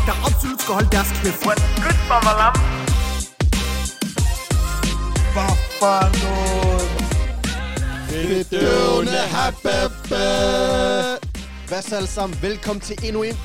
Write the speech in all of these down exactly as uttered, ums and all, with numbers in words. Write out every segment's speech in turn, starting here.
der absolut skal holde deres kæft. What good, mamalam? Hvad for noget? Bedøvende hababbe. Hvad så alle sammen? Velkommen til endnu en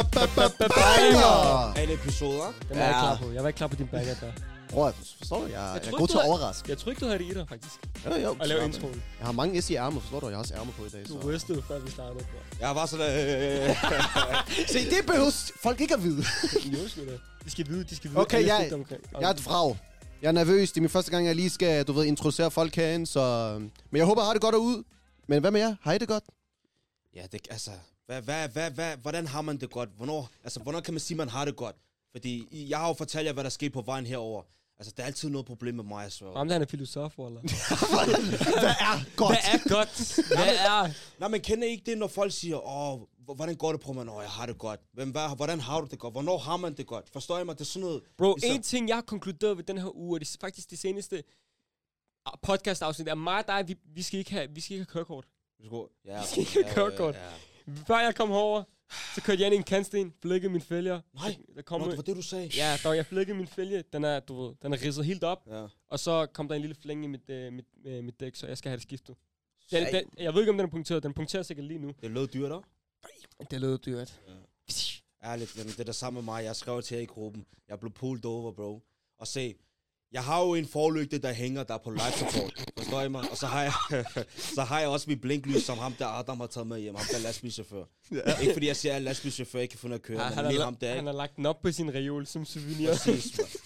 banger. En episode, hva'? Den var jeg ikke klar på. Jeg var ikke klar på din banger der. Bror, forstår du? Jeg, jeg, Jeg er tror god ikke, til at du har- overraske. Jeg tror ikke, du havde det i dig, faktisk. Jo, jo. At lave så- introen. Jeg har mange S i ærmer, forstår du? Jeg har også ærmer på i dag. Du Så. rystede, før vi startede, bro. Jeg var sådan, øh, Se, det behøves folk ikke at vide. Jo, sgu da. De skal vide, de skal vide. Okay, alle jeg- figt omkring. Jeg er et frag. Jeg er nervøs. Det er min første gang, jeg lige skal, du ved, introducere folk herinde, så... Men jeg håber, jeg har det godt derude. Men hvad med jer? Har I det godt? ja, det, altså, hvad, hvad, hvad, hvad, hvordan har man det godt? Hvornår, altså, hvornår kan man sige, man har det godt? Fordi I- jeg har jo fortalt jer, hvad der skete på vejen herover. Altså, der er altid noget problem med mig, så... Ham der, han er filosof, eller? Hvad er godt? Hvad er godt? Hvad er... Nej, men kender I ikke det, når folk siger, åh, h- hvordan går det på mig? Åh, jeg har det godt. Hvem, hvad, hvordan har du det godt? Hvornår har man det godt? Forstår I mig? Det er sådan noget... Bro, ligesom- en ting, jeg har konkluderet ved den her uge, og det er faktisk det seneste podcast-afsnit, er mig og dig, vi, vi, skal ikke have, vi skal ikke have kørekort. Ja, Vi skal ikke have kørekort. Før jeg kom herover, så kørte jeg ind i en kantsten, flækkede min fælger. Nej, der kom Nå, det var det, du sagde. Ja, dog, jeg flækkede min fælge, den er, du ved, den er ridset helt op, Ja. og så kom der en lille flænge i mit, øh, mit, øh, mit dæk, så jeg skal have det skiftet. Den, den, jeg ved ikke, om den er punkteret, den punkterer sikkert lige nu. Det lød dyrt, da? Det lød dyrt. Ærligt, jamen, det er det samme med mig. Jeg skrev til jer i gruppen. Jeg blev pulled over, bro. Og se, jeg har jo en forlygte, der hænger der på life support. Forstår I mig? Og så har jeg, så har jeg også mit blinklys, som ham der Adam har taget med hjem. Ham der lastbilchauffør. Ja. Ikke fordi jeg siger, at lastbilchauffør ikke kan finde at køre, Ja, men han, lige har, ham der, han ikke? har lagt den op på sin reol som souvenir. Præcis, man.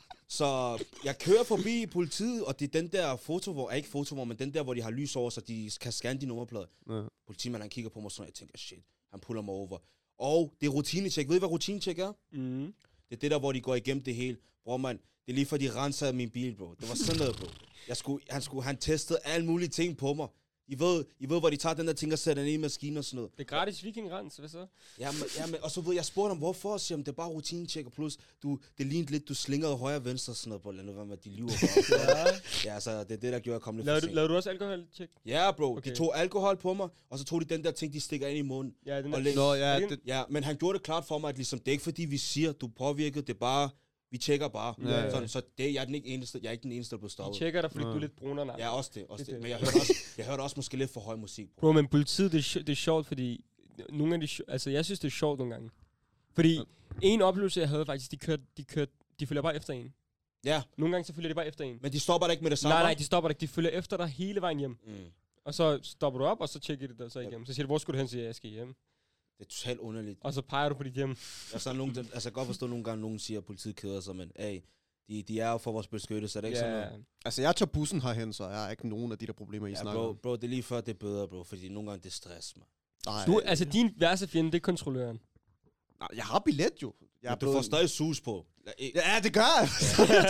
Så jeg kører forbi politiet, og det er den der foto, hvor, ikke foto, hvor, men den der, hvor de har lys over, så de kan scanne de nummerplader. Ja. Politimanden, han kigger på mig sådan, og jeg tænker, shit, han puller mig over. Og det er rutinetjek. Ved I, hvad rutinetjek er? Mm. Det er det der, hvor de går igennem det hele. Bror, man, det er lige for, de rensede min bil, bro. Det var sådan noget, bro. Jeg skulle, han, skulle, han testede alle mulige ting på mig. I ved, I ved, hvor de tager den der ting og sætter den i maskinen og sådan noget. Det er gratis weekendrens, hvad så? Jamen, jamen, og så ved jeg, spurgte ham, hvorfor? Og siger, det er bare rutinetjek, og plus, du, det lignede lidt, du slingerede højre og venstre og sådan noget, bro. Lad nu være med, de lyver bare. Ja, altså, det er det, der gjorde, jeg kom lidt for Lavede du, sent. lavede du også alkoholtjek? Ja, bro. Okay. De tog alkohol på mig, og så tog de den der ting, de stikker ind i munden. Ja, den Og er... læ- Nå, ja, Er det det, Ja, men han gjorde det klart for mig, at ligesom, det er ikke fordi, vi siger, du er påvirket, det er bare, vi tjekker bare. Ja, ja. Sådan, så det, jeg, er den ikke eneste, jeg er ikke den eneste, der blev De stoppet. tjekker dig, fordi Nå. du er lidt brunere. Ja, også det. Også Det er det. det. Men jeg hørte også, jeg hørte også måske lidt for høj musik. Bro. Bro, men politiet, det er, sj- det er sjovt, fordi nogle af de... sj- Altså, jeg synes, det er sjovt nogle gange. Fordi en oplevelse, jeg havde faktisk, de kørte... De, kørte, de følger bare efter en. Ja, Nogle gange så følger de bare efter en. men de stopper da ikke med det samme. Nej, nej, de stopper ikke. De følger efter dig hele vejen hjem. Mm. Og så stopper du op, og så tjekker de dig så igennem. Så siger du, hvor skulle du hen? Så siger jeg, jeg skal hjem. Det er totalt underligt. Og så peger du på dit hjem. Jeg, så nogen, der, altså, jeg kan godt forstå, at nogle gange nogen siger, at politiet keder sig, men hey, de, de er jo for vores beskyttelse, er det ikke sådan noget? altså, jeg tager bussen herhen, så jeg har ikke nogen af de der problemer, I Ja, snakker bro, om. bro, det er lige før, det er bedre, bro, fordi nogle gange det er stress, man. Nej, Du, altså, din værste fjende, det er kontrolløren. nej, jeg har billet jo. Jeg er Men du får stadig sus på. Ja, eh, Ja, det gør jeg.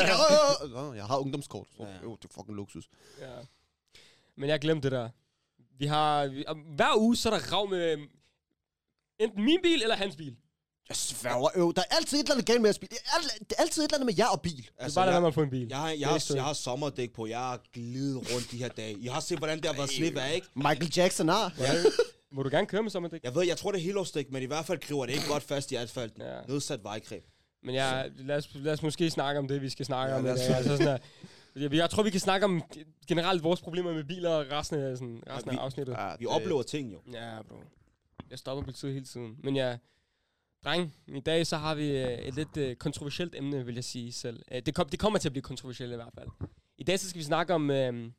Nå, jeg har ungdomskort. Så, Ja. jo, det er fucking luksus. Ja. Men jeg glemte det der. Vi har... Vi, og hver uge, så er der rav med... øhm, Enten min bil, eller hans bil. Jeg sværger, øv. Der er altid et eller andet galt med at bil. Det er, alt- det er altid et eller andet med jer og bil. Det er altså, bare lade være jeg, med at få en bil. jeg, har, jeg, Det er har, ikke jeg har sommerdæk på, jeg har glidet rundt de her dage. I har set, hvordan det har været snevejr, ikke? Michael Jackson har. Ja. Må du gerne køre med sommerdæk? Jeg ved, jeg tror, det er helårsdæk, men i hvert fald kriver det ikke godt fast i asfalten. Ja. Nedsat vejgreb. Men ja, lad os, lad os måske snakke om det, vi skal snakke Ja, om i lad os dag. Altså sådan her, jeg, jeg tror, vi kan snakke om generelt vores problemer med biler og resten af, sådan, resten Ja, vi- af afsnittet. Ja, Vi oplever ting, jo. Ja, bro. Jeg stopper politiet hele tiden. Men ja, dreng, i dag så har vi øh, et lidt øh, kontroversielt emne, vil jeg sige selv. Øh, det, kom, det kommer til at blive kontroversielt i hvert fald. I dag så skal vi snakke om øh,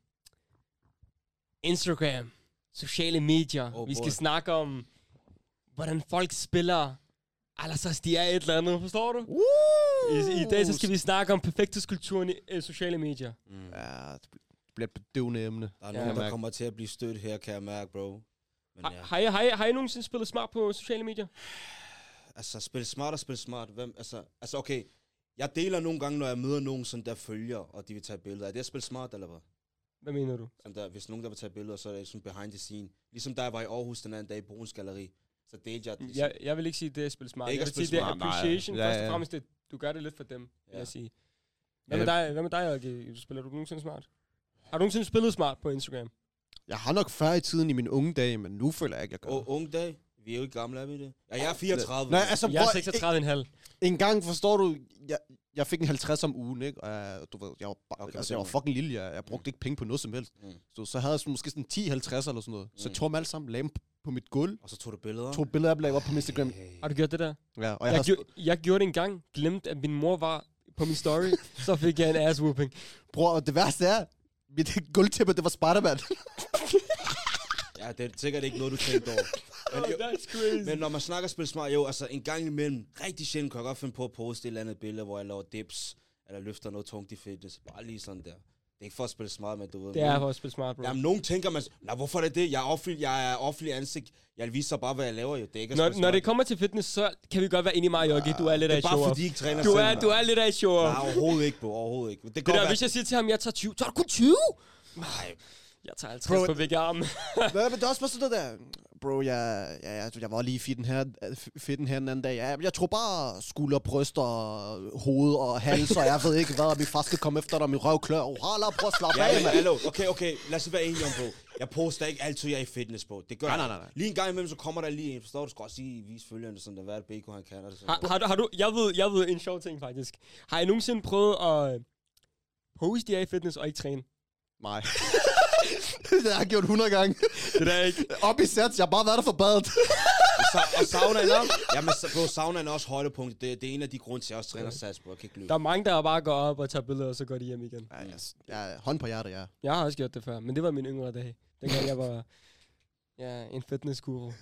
Instagram, sociale medier. Oh vi skal boy. snakke om, hvordan folk spiller, altså de er et eller andet, forstår du? Uh! I, I dag så skal vi snakke om perfekthedskulturen i øh, sociale medier. Mm. Ja, det bliver et bedøvende emne. Der er Ja. nogen, der Mærke. kommer til at blive stødt her, kan jeg mærke, bro. Men Har, ja. har, I, har, I, har I nogensinde spillet smart på sociale medier? Altså, spil smart og spil smart. Hvem, altså, altså, okay. Jeg deler nogle gange, når jeg møder nogen, sådan der følger, og de vil tage billeder. Er det at spille smart, eller hvad? Hvad mener du? Sådan der, hvis nogen der vil tage billeder, så er det sådan behind the scene. Ligesom da jeg var i Aarhus den anden dag i Bruns Galleri, så delte jeg det. Jeg, jeg vil ikke sige, det er at spille smart. Det er ikke Jeg at vil sige, spille det er smart, nej. appreciation. Ja, Først ja. og fremmest, det, du gør det lidt for dem, vil Ja. jeg sige. Hvad Ja, med dig, hvad med dig, Alge? Spiller du nogensinde smart? Har du nogensinde spillet smart på Instagram? Jeg har nok før i tiden i mine unge dage, men nu føler jeg ikke, jeg gør Og det. unge dag? Vi er jo ikke gamle, er vi det? Ja, jeg er fireogtredive. Nej, altså, Jeg er bror, seksogtredive komma fem. en gang, forstår du, jeg, jeg fik en halvtreds om ugen, ikke? Og jeg, du ved, jeg var, bare, Okay, altså, jeg var fucking lille, jeg, jeg brugte ikke penge på noget som helst. Mm. Så, så havde jeg sådan, måske sådan ti halvtreds eller sådan noget. Så jeg tog dem alle sammen, lagde dem på mit gulv, Og så tog du billeder. tog billeder af, lagde op på Instagram. Har du gjort det der? Ja, og jeg, Jeg, havde, gjorde, jeg gjorde det engang. Glemte, at min mor var på min story. Så fik jeg en ass whooping. bror, og det værste er, mit gulvtæppe, det var Spider-Man. Ja, det er sikkert ikke noget, du tænkte over. Men, Oh, jo, that's crazy. men når man snakker spil smart, jo, altså en gang imellem, rigtig sjældent kan jeg godt finde på at poste et eller andet billede, hvor jeg laver dips, eller løfter noget tungt i fitness. Bare lige sådan der. Det er ikke for at spille smart, men du ved. Det er for at spille smart, bro. Jamen, nogen tænker man, nej, hvorfor er det det? Jeg er offentlig, jeg er offentlig ansigt. Jeg viser bare, hvad jeg laver, jo. Det er ikke at Når, spille når smart. det kommer til fitness, så kan vi godt være enige i mig, Jogi. Du er lidt Det af er et bare show-off. fordi, I ikke træner Du selv. er, du er lidt af et show-off. Nej, overhovedet ikke, bro. Overhovedet ikke. Det, Det kan der, godt hvis jeg siger til ham, jeg tager tyve, så er du kun tyve? være. Nej, Jeg tager halvtreds Bro, på begge arme. Hvad, men det er også bare sådan noget der, bro, jeg, ja, jeg, jeg var lige i fitten her, fitten her den anden dag. Ja, jeg tror bare skulder, bryster, hoved og hals, og jeg ved ikke hvad, og min far skal komme efter dig, min røv klør. Oh, hala, prøv at slappe ja, af, men, mand. hallo. Okay, okay. Lad os være enige om, bro. Jeg poster ikke altid, jeg er i fitness, bro. Det gør Nej, jeg. nej, nej, nej. Lige en gang imellem, så kommer der lige en. Forstår du? Skal også sige, vis følgende, sådan der, hvad er det, B K han kan. Og det sådan. Har, har, du, har du, jeg ved, jeg ved en sjov ting, faktisk. Har I nogensinde prøvet at øh, pose de er i fitness og ikke træne? Nej. Det har jeg gjort hundrede gange. Det er ikke. Op i sats, jeg har bare været der for badet. Og, sa- og saunaen også. Jamen, sa- bro, saunaen er også højdepunkt. Det, det er en af de grunde til, at jeg også træner sats, bro. Jeg kan ikke Der lyve. er mange, der bare går op og tager billeder, og så går de hjem igen. Ja, yes. Ja, hånd på hjertet, ja. Jeg har også gjort det før, men det var min yngre dag. Dengang jeg var ja, en fitnessguru.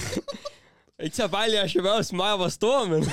Ikke til fejl, jeg har været mig, jeg var stor, men...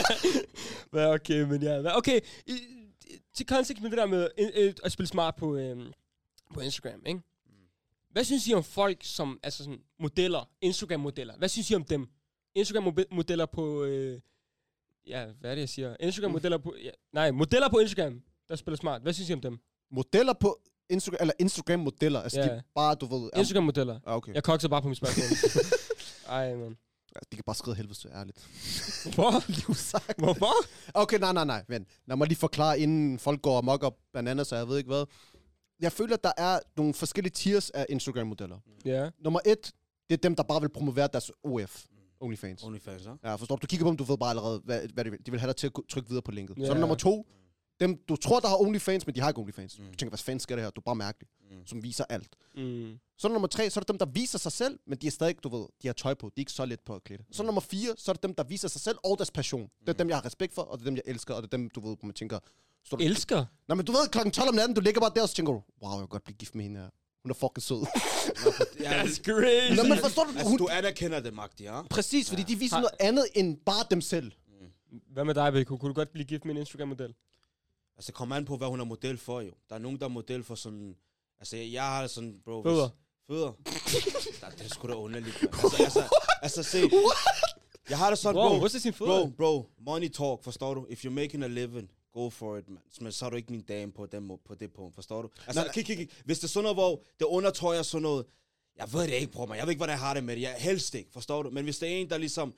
men okay, men ja. Okay, i, i, til kontekst med det der med øh, at spille smart på, øh, på Instagram, ikke? Hvad synes I om folk som, altså sådan, modeller, Instagram-modeller? Hvad synes I om dem? Instagram-modeller på, øh, ja, hvad er det, jeg siger? Instagram-modeller på, ja, nej, modeller på Instagram, der spiller smart. Hvad synes I om dem? Modeller på Instagram, eller Instagram-modeller. Altså, Ja. de er bare, du ved... Instagram-modeller. Ja, okay. Jeg kokser bare på mit spørgsmål. Ej, man. Ja, de kan bare skrive helvede, så ærligt. Hvor? Livsagt. Hvorfor? Okay, nej, nej, nej. Vent. Lad mig lige forklare, inden folk går amok op bananer, så jeg ved ikke hvad. Jeg føler, at der er nogle forskellige tiers af Instagram-modeller. Ja. Nummer et, det er dem, der bare vil promovere deres O F. OnlyFans. Onlyfans, så? Ja, forstår du? Du kigger på dem, du ved bare allerede, hvad, hvad de vil. De vil have dig til at trykke videre på linket. Ja. Så er der nummer to, dem, du tror, der har OnlyFans, men de har ikke OnlyFans. Mm. Du tænker, hvad fanden sker der her? Du er bare mærkelig. Mm. Som viser alt. Mm. Så er der nummer tre, så er der dem, der viser sig selv, men de er stadig, du ved, de har tøj på. De er ikke så let på at klæde. Så er der nummer fire, så er der dem, der viser sig selv og deres passion. Det er dem, jeg har respekt for, og det er dem, jeg elsker, og det er dem, du ved, hvor man tænker... Står du, Elsker? nej, men du ved, klokken tolv om natten, du ligger bare der, og så tænker du, wow, jeg kan godt blive gift med hende her. Hun er fucking sød. Ja, That's crazy. Nå, men forstår du? altså, Hun, du anerkender det, Magdi, ja? præcis, fordi de viser Har- noget andet end bare dem selv. Hvad med dig, Beko? Kunne du godt blive gift med en Instagram-model? Altså, kom an på, hvad hun er model for, jo. Der er nogen, der er model for sådan... Altså, jeg, jeg har det sådan, bro... Fødder. Hvis, fødder? Der, det er sgu da underligt, man. Altså, altså, altså, se... Jeg har det sådan, Wow, bro... hvor er sin fødder? Bro, bro, money talk, forstår du? If you're making a living, go for it, man. Men så er du ikke min dame på, den, må- på det punkt, forstår du? Altså, Nej, kig, kig, kig. Hvis det er sådan noget, hvor det undertøj er sådan noget... Jeg ved det ikke, bror, man. Jeg ved ikke, hvordan jeg har det med det. Jeg helst ikke, forstår du? Men hvis det er en, der ligesom...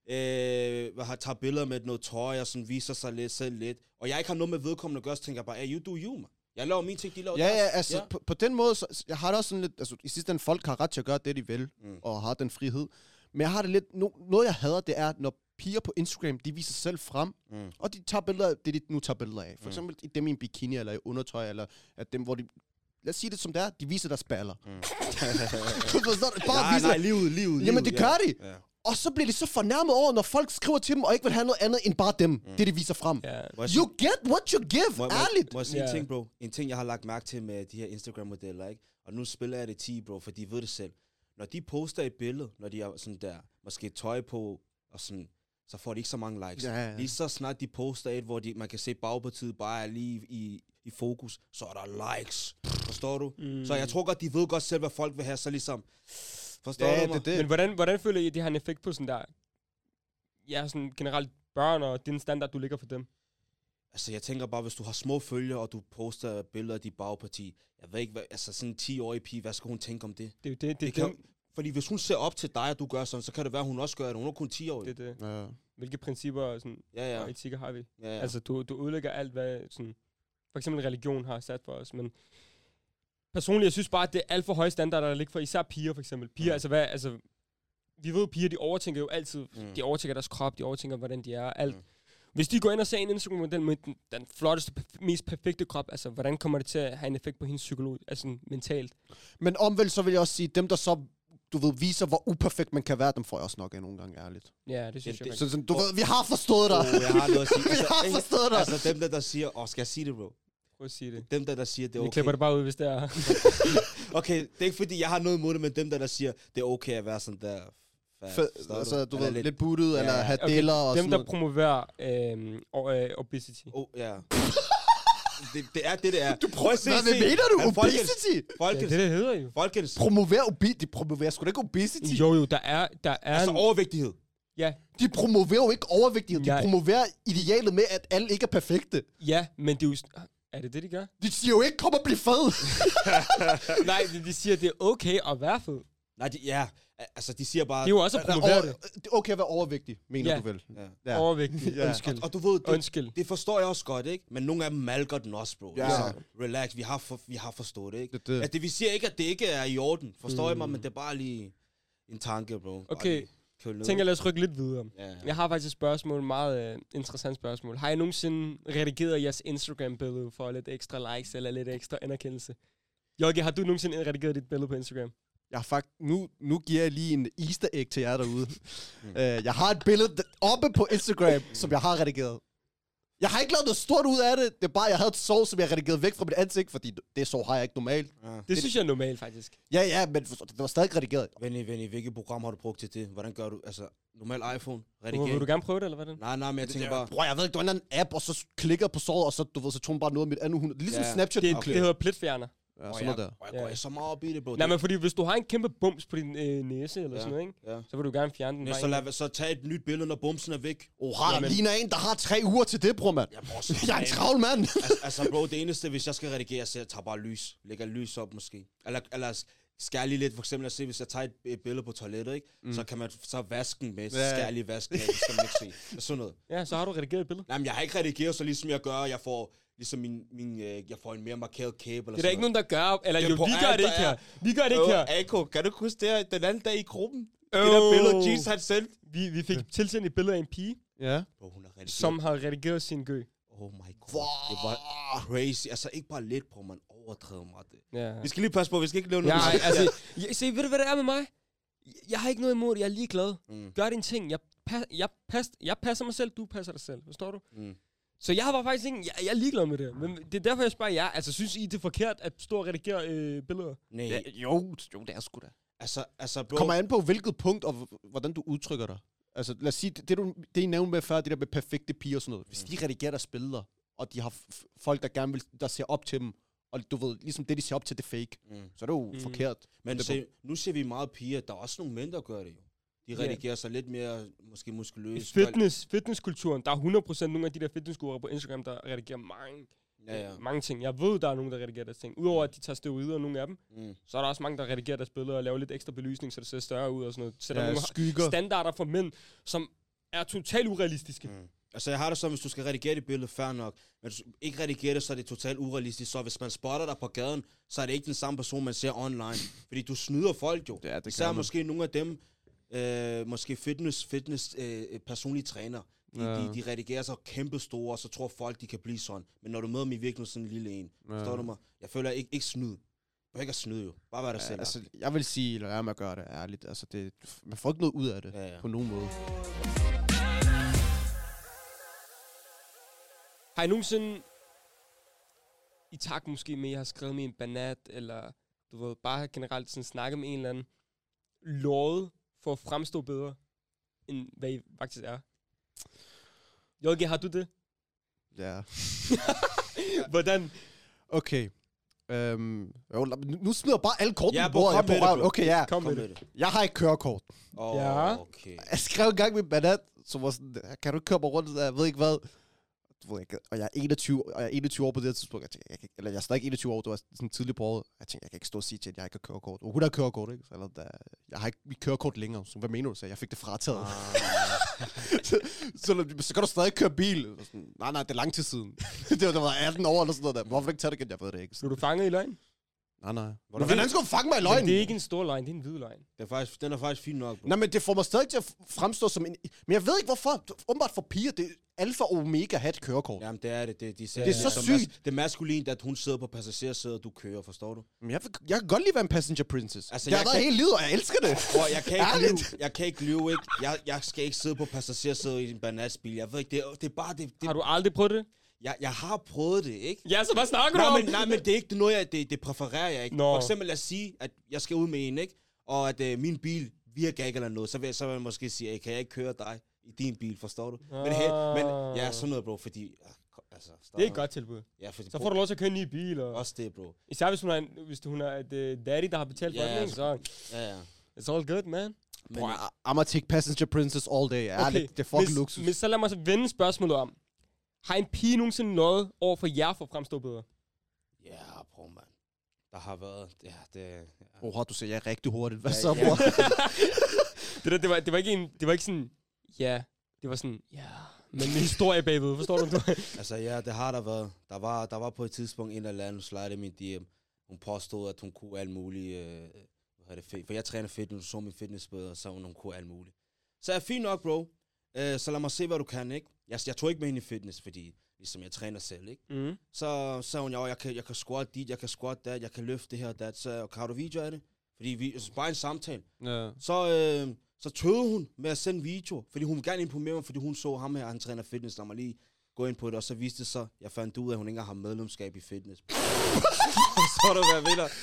Øh, har tager billeder med noget tøj og sådan viser sig lidt selv lidt, og jeg ikke har noget med vedkommende at gøre, så tænker jeg bare, hey, you do you, man. Jeg laver mine ting, de laver Ja, deres. ja, altså ja. På, på den måde, så, jeg har det også sådan lidt, altså i sidste ende, folk har ret til at gøre det, de vil, Mm. mm. og har den frihed. Men jeg har det lidt, no, noget jeg hader, det er, når piger på Instagram, de viser sig selv frem, Mm. og de tager billeder af det, de nu tager billeder af. For Mm. eksempel i dem i en bikini, eller i undertøj, eller at dem, hvor de, lad os sige det som det er, de viser deres baller. Mm. Du forstår det? Bare nej, viser, nej, livet, livet, jamen livet, det gør de. Ja. Og så bliver de så fornærmet over, når folk skriver til dem, og ikke vil have noget andet end bare dem, mm. det de viser frem. Ja. Må jeg sige- You get what you give, Må, må, ærligt. må jeg sige Ja. en ting, bro? En ting, jeg har lagt mærke til med de her Instagram-modeller, ikke? Og nu spiller jeg det ti, bro, for de ved det selv. Når de poster et billede, når de har sådan der, måske tøj på, og sådan, så får de ikke så mange likes. Ja, ja. Lige så snart de poster et, hvor de, man kan se bagpartiet bare er lige i, i fokus, så er der likes. Forstår du? Mm. Så jeg tror godt, de ved godt selv, hvad folk vil have, så ligesom... Forstår Ja, du mig? det, det. Men hvordan, hvordan føler I, at det har en effekt på sådan der, ja, sådan generelt børn og den standard, du ligger for dem? Altså, jeg tænker bare, hvis du har små følgere, og du poster billeder af dit bagparti, jeg ved ikke, hvad, altså sådan en ti-årig pige, hvad skal hun tænke om det? Det er jo det, det, Det det, kan, dem, fordi hvis hun ser op til dig, og du gør sådan, så kan det være, at hun også gør det. Hun er kun ti år. det, det. Ja. Hvilke principper og, sådan, Ja, ja. og etikker har vi? ja, ja. Altså, du, du ødelægger alt, hvad sådan, for eksempel religion har sat for os, men personligt, jeg synes bare, at det er alt for høje standarder, der ligger for især piger, for eksempel. Piger, Ja. altså hvad, altså, vi ved, piger, de overtænker jo altid. Mm. De overtænker deres krop, de overtænker, hvordan de er, alt. Mm. Hvis de går ind og ser en Instagram-model med den, den flotteste, mest perfekte krop, altså, hvordan kommer det til at have en effekt på hendes psykolog, altså mentalt? Men omvendt, så vil jeg også sige, dem, der så, du ved, viser, hvor uperfekt man kan være, dem får jeg også nok af nogle gange, ærligt. Ja, det synes det, jeg. Det, så, sådan, du oh. ved, vi har forstået dig. Oh, jeg har noget at sige. vi altså, har ikke, forstået dig. Altså, dem der, der siger, åh, oh, skal jeg sige det, bro? Prøv at sige det. Dem der, der siger, det er okay. Vi klipper det bare ud, hvis det er. Okay, det er ikke fordi, jeg har noget imod det, men dem der, der siger, det er okay at være sådan der... F- altså, du ved, lidt, lidt buttet, ja, eller have okay. deler og dem, sådan der noget. promoverer øhm, og, øh, obesity. Oh, ja. det, det er det, det er. Du prøver, se, hvad se. mener du? Men obesity? Folkens, ja, det, det hedder jo. Folkens. Promoverer obesity? De promoverer sgu da ikke obesity. Jo, jo, der er... Der er altså en... overvægtighed. Ja. De promoverer jo ikke overvægtighed. De ja. promoverer idealet med, at alle ikke er perfekte. Ja, men det er jo... Er det det, de gør? De siger jo ikke, kom og bliv fed. Nej, de, de siger, det er okay at være fed. Nej, de, ja. Altså, de siger bare... Det er jo også at promovere det. Det er okay at være overvægtig, mener ja. du vel? Ja. Ja. Overvægtig. Ja. Undskyld. Og, og du ved, det, Undskyld. det forstår jeg også godt, ikke? Men nogle af dem malker den også, bro. Ja. Altså, relax, vi har, for, vi har forstået det, ikke? Det, det. Altså, det, vi siger ikke, at det ikke er i orden. Forstår mm. jeg mig? Men det er bare lige en tanke, bro. Okay. Jeg tænker, lad os rykke lidt videre. Ja. Jeg har faktisk et spørgsmål, meget uh, interessant spørgsmål. Har I nogensinde redigeret jeres Instagram-billede for lidt ekstra likes eller lidt ekstra anerkendelse? Jørgen, har du nogensinde redigeret dit billede på Instagram? Jeg har fakt, nu, nu giver jeg lige en easter egg til jer derude. mm. uh, jeg har et billede oppe på Instagram, som jeg har redigeret. Jeg har ikke lavet noget stort ud af det. Det er bare, jeg havde et sår, som jeg redigerede væk fra mit ansigt, fordi det sår har jeg ikke normalt. Ja. Det, det synes jeg er normalt, faktisk. Ja, ja, men det var stadig redigeret. Venni, Venni, hvilket program har du brugt til det? Hvordan gør du? Altså, normal iPhone, redigering. Vil du gerne prøve det, eller hvad det? Nej, nej, men jeg tænker bare... Bror, jeg ved ikke, du har en app, og så klikker på såret, og så, du ved, så tog bare noget af mit andet hund. Ligesom ja. Snapchat. Det, okay. det hedder pletfjerner. Ja, sådan noget der. Og jeg går ja. så meget op i det, bro. Nej, men fordi hvis du har en kæmpe bums på din øh, næse eller ja. sådan noget, ikke? Ja. Så vil du gerne fjerne den. Ja, så, lad, så tag et nyt billede, når bumsen er væk. Oh, har der ligner en, der har tre uger til det, bror, mand. Ja, jeg er en travl mand. altså, altså, bro, det eneste, hvis jeg skal redigere, så jeg tager bare lys. Lægger lys op, måske. Eller, eller skær lige lidt, for eksempel at se, hvis jeg tager et, et billede på toilettet, ikke? Mm. Så kan man så vaske den med, så skær lige vasken af, det skal man ikke se. Sådan noget. Ja, så har du redigeret et billede. Nej, men jeg har ikke redigeret, så ligesom jeg gør, jeg får... Ligesom min, min øh, jeg får en mere markeret kæbe eller det er der ikke nogen, der gør, eller jo, på vi gør det ikke her. Vi gør det ikke her. Ako, kan du huske det den anden dag i gruppen? Oh. Det der billede, Jeez havde sendt. Vi, vi fik tilsendt et billede af en pige, ja. Bro, hun har som har redigeret sin gø. Oh my god, wow. Det var crazy. Altså ikke bare lidt på, man overdrev mig det. Ja. Vi skal lige passe på, vi skal ikke lave noget. Ja, altså, jeg, se, ved du hvad det er med mig? Jeg har ikke noget imod det, jeg er ligeglad. Mm. Gør din ting. Jeg, pas, jeg, pas, jeg passer mig selv, du passer dig selv. Forstår du? Mm. Så jeg var faktisk ikke... Jeg, jeg er ligeglad med det. Men det er derfor, jeg spørger jer. Altså, synes I, det er forkert at stå og redigere øh, billeder? Nej. Ja, jo, jo, det er sgu da. Altså, altså bro... Kommer an på, hvilket punkt, og hvordan du udtrykker dig. Altså, lad os sige, det, du, det I nævnte med før, det der med perfekte piger og sådan noget. Hvis de redigerer deres billeder, og de har f- folk, der gerne vil, der ser op til dem, og du ved, ligesom det, de ser op til, det fake, mm. så er det jo mm. forkert. Men se, nu ser vi meget piger, der er også nogle mænd, der gør det jo. De redigerer yeah. sig lidt mere, måske muskuløst. Fitness, fitnesskulturen. Der er hundrede procent nogle af de der fitnessgurere på Instagram, der redigerer mange, ja, ja. mange ting. Jeg ved, der er nogen, der redigerer deres ting. Udover at de tager steroider, nogle af dem, mm. så er der også mange, der redigerer deres billeder og laver lidt ekstra belysning, så det ser større ud og sådan noget. Sætter ja, nogle skygger. Standarder for mænd, som er totalt urealistiske. Mm. Altså, jeg har det så, hvis du skal redigere dit billede, fair nok. Men hvis du ikke redigerer det, så er det totalt urealistisk. Så hvis man spotter dig på gaden, så er det ikke den samme person, man ser online. Fordi du snyder folk jo. Ja, det Især måske nogle af dem, øh, måske fitness, fitness øh, personlige træner. De, ja. de, de redigerer sig kæmpe store, og så tror folk, de kan blive sådan. Men når du møder dem i virkeligheden sådan en lille en, ja. Forstår du mig? Jeg føler ikke, ikke snyd. Du kan ikke at snyde jo. Bare være dig ja, selv. Altså, jeg vil sige, lad være med at gøre det ærligt. Altså, det, man får ikke noget ud af det, ja, ja. På nogen måde. Har I nogensinde, i takt måske med, at jeg har skrevet med en banat, eller du ved, bare generelt sådan snakket med en eller anden, lovet for at fremstå bedre, end hvad I faktisk er? Jørgen, har du det? Ja. Hvordan? Okay. Um, jo, nu smider jeg bare alle kortene ja, på bordet. Kom med det, okay, ja. Kom med det. Jeg har ikke kørekort. Oh, ja. Okay. Jeg skrev en gang med banat, som var sådan, kan du ikke køre mig rundt, jeg ved ikke hvad. Du ved, jeg, og jeg er enogtyve, og jeg er enogtyve år på det her tidspunkt. Jeg tænkte, jeg kan, eller jeg er stadig enogtyve år, det var sådan tidligt på året. Jeg tænkte, jeg kan ikke stå og sige til, at jeg ikke har kørekort. Og hun har kørekort, ikke? Så, eller, der, jeg har ikke mit kørekort længere. Så hvad mener du? Så jeg fik det frataget. Ah. så, så, så kan du stadig køre bil. Sådan, nej, nej, det er lang tid siden. det, var, det var atten år eller sådan noget der. Hvorfor ikke tage det igen? Jeg ved det ikke. Blev du fanget i løgn? Nej, nej. Hvordan- Hvordan skal du fange mig i løgn? Men det er ikke en stor løgn, det er en hvid løgn. Den er faktisk, den er faktisk fin nok, bro. Nej, men det får mig stadig til at fremstå som en... Men jeg ved ikke, hvorfor. Åbenbart for piger, det er alfa og omega at have et kørekort. Jamen, det er det. Det, de ser, Det er så som sygt. mas- det er maskulint, at hun sidder på passagersædet, og du kører, forstår du? Men jeg, vil, jeg kan godt lide at være en passenger princess. Altså, Altså, det har jeg været kan- hele livet, og jeg elsker det. Bro, jeg kan ikke Ærligt. lyve, jeg kan ikke lyve, ikke? Jeg, jeg skal ikke sidde på passagersædet i en banatbil. Jeg ved ikke, det er, det er bare... Det, det, Har du aldrig prøvet det? jeg, jeg har prøvet det, ikke? Ja, så hvad snakker du Nej, om? men, nej, men det er ikke noget, jeg, det, det præfererer jeg ikke. Nå. For eksempel lad os sige, at jeg skal ud med en, ikke? Og at øh, min bil virker ikke eller noget, så vil, jeg, så vil jeg måske sige, kan jeg ikke køre dig i din bil, forstår du? Men, he, men ja, sådan noget, bro, fordi... Altså, Det er et godt tilbud. Ja, fordi, Så får du lov til at køre en ny bil. Og... Også det, bro. Især hvis hun er, en, hvis hun er et uh, daddy, der har betalt for Ja, den, ikke? Så Ja, ja. it's all good, man. Men, Bro, I'm gonna take passenger princess all day. Ja, Okay, det, det er fucking hvis, luksus. Men så lad mig så vende spørgsmålet om. Har en pige nogensinde noget over for jer for at fremstå bedre? ja, bro, man. Der har været... Ja, det... Ja. Åh, oh, du siger jeg rigtig hurtigt. Hvad Ja, så, ja. bror? det, der, det, var, det var ikke en, det var ikke sådan, ja, det var sådan, ja, men en historie bagved, forstår du? Altså, ja, det har der været. Der var, der var på et tidspunkt en eller anden, slidede min D M. Hun påstod, at hun kunne alt muligt. Øh, hvad er det fedt? For jeg træner fitness, så min fitnessbøder, og så hun, hun kunne alt muligt. Så er fint nok, bro. Øh, så lad mig se, hvad du kan, ikke? Jeg, jeg tog ikke med hende i fitness, fordi ligesom jeg træner selv, ikke? Mm. Så sagde hun, ja, jeg kan, jeg kan squat dit, jeg kan squat dat, jeg kan løfte det her og dat. Så har du video af det? Fordi vi, altså, bare en samtale. Ja. Så, øh, så tøvede hun med at sende video, fordi hun ville gerne imponere mig, fordi hun så ham her, han træner fitness. Lad mig lige gå ind på det, og så viste det sig, jeg fandt ud af, at hun ikke engang har medlemskab i fitness. Så du, hvad jeg mener?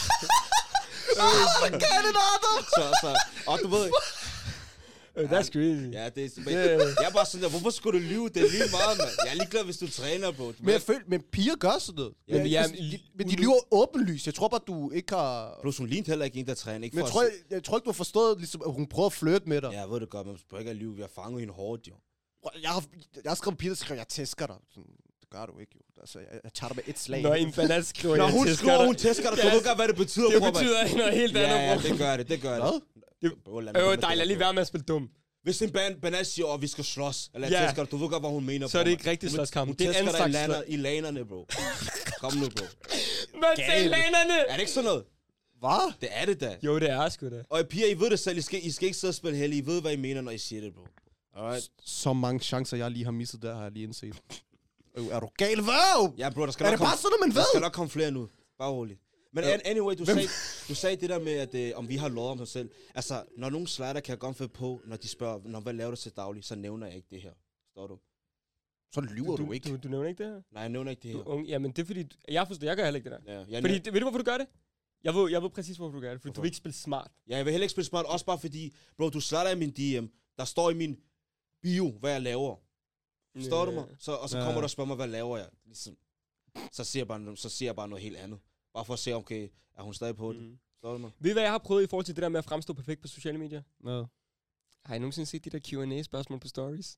så, så, og du ved, Uh, that's crazy. ja, det er, men, jeg er bare sådan der, hvorfor skulle du lyve? Det er lige meget, mand. Jeg er ligeglad, hvis du træner, bro. Du Men jeg føler, men piger gør sådan noget. Ja, men Ja, ja, altså, de, men de lyver åbenlyst. Jeg tror bare, du ikke har... Plus, hun lignede heller ikke en, der træner. Ikke Men for jeg tror, at jeg, jeg tror ikke, du har forstået, ligesom, at hun prøver at flirte med dig. se- Ja, jeg ved det godt, men du ikke at lyve. Jeg fanger hende hårdt, jo. Jeg har, jeg har skrevet piger, der skriver, jeg tæsker dig. Sådan, det gør du ikke, jo. Altså, jeg, jeg tager dig med et slag. Når en banat skriver, Når jeg hun tæsker skriver, dig. hun tæsker dig, Ja, så du ved godt, hvad det betyder, Det bror, mand. betyder noget helt Ja, andet, ja, bro. det gør det, det gør det. Hvad? Bro, lad mig Øh, komme med dej, det lad der, lige bro. være med at spille dum. Hvis en ban banat siger, at vi skal slås, eller Ja. jeg tæsker dig, du ved godt, hvad hun mener. Så er bro, det ikke mand. rigtig Hun- slåskamp. Hun Det er en tæsker anden dig i, slags laner, i lanerne, bro. Kom nu, bro. Man sagde lanerne! Er det ikke sådan noget? Hvad? Det er det da. Jo, det er sgu da. Og piger, I ved det selv. I skal, I skal ikke sidde og spille heldig. I ved, hvad I mener, når I siger det, bro. Alright? Så mange chancer, jeg lige har misset der, har jeg lige indset. Øh, er du gal? Hvad? Ja, bro, der skal Er nok det komme, bare sådan, at man der ved? skal nok komme flere nu. Bare roligt. Men an, anyway, du Hvem? sagde, du sagde det der med, at øh, om vi har lov om os selv. Altså, når nogen slider, kan jeg godt finde på, når de spørger, når, hvad laver du til daglig, så nævner jeg ikke det her. Står du? Så lyver du, du ikke. Du, du nævner ikke det her? Nej, jeg nævner ikke det Du her. er ung. Jamen, det er fordi... du- Jeg forstår, jeg gør heller ikke det der. Ja, jeg, Fordi, næ- det, ved du, hvorfor du gør det? Jeg ved, jeg ved præcis, hvorfor du gør det. Fordi Hvorfor? du vil ikke spille smart. ja, jeg vil heller ikke spille smart, også bare fordi, bro, du slider i min D M, der står i min bio, hvad jeg laver. Forstår du mig? Så, og så Ja. kommer du og spørger mig, hvad laver jeg? Ligesom, så, siger jeg bare, så siger jeg bare noget helt andet. Bare for at se, okay, er hun stadig på det? Mm. Forstår du mig? Ved I, hvad jeg har prøvet i forhold til det der med at fremstå perfekt på sociale medier? Ja. Har I nogensinde set de der Q and A-spørgsmål på stories?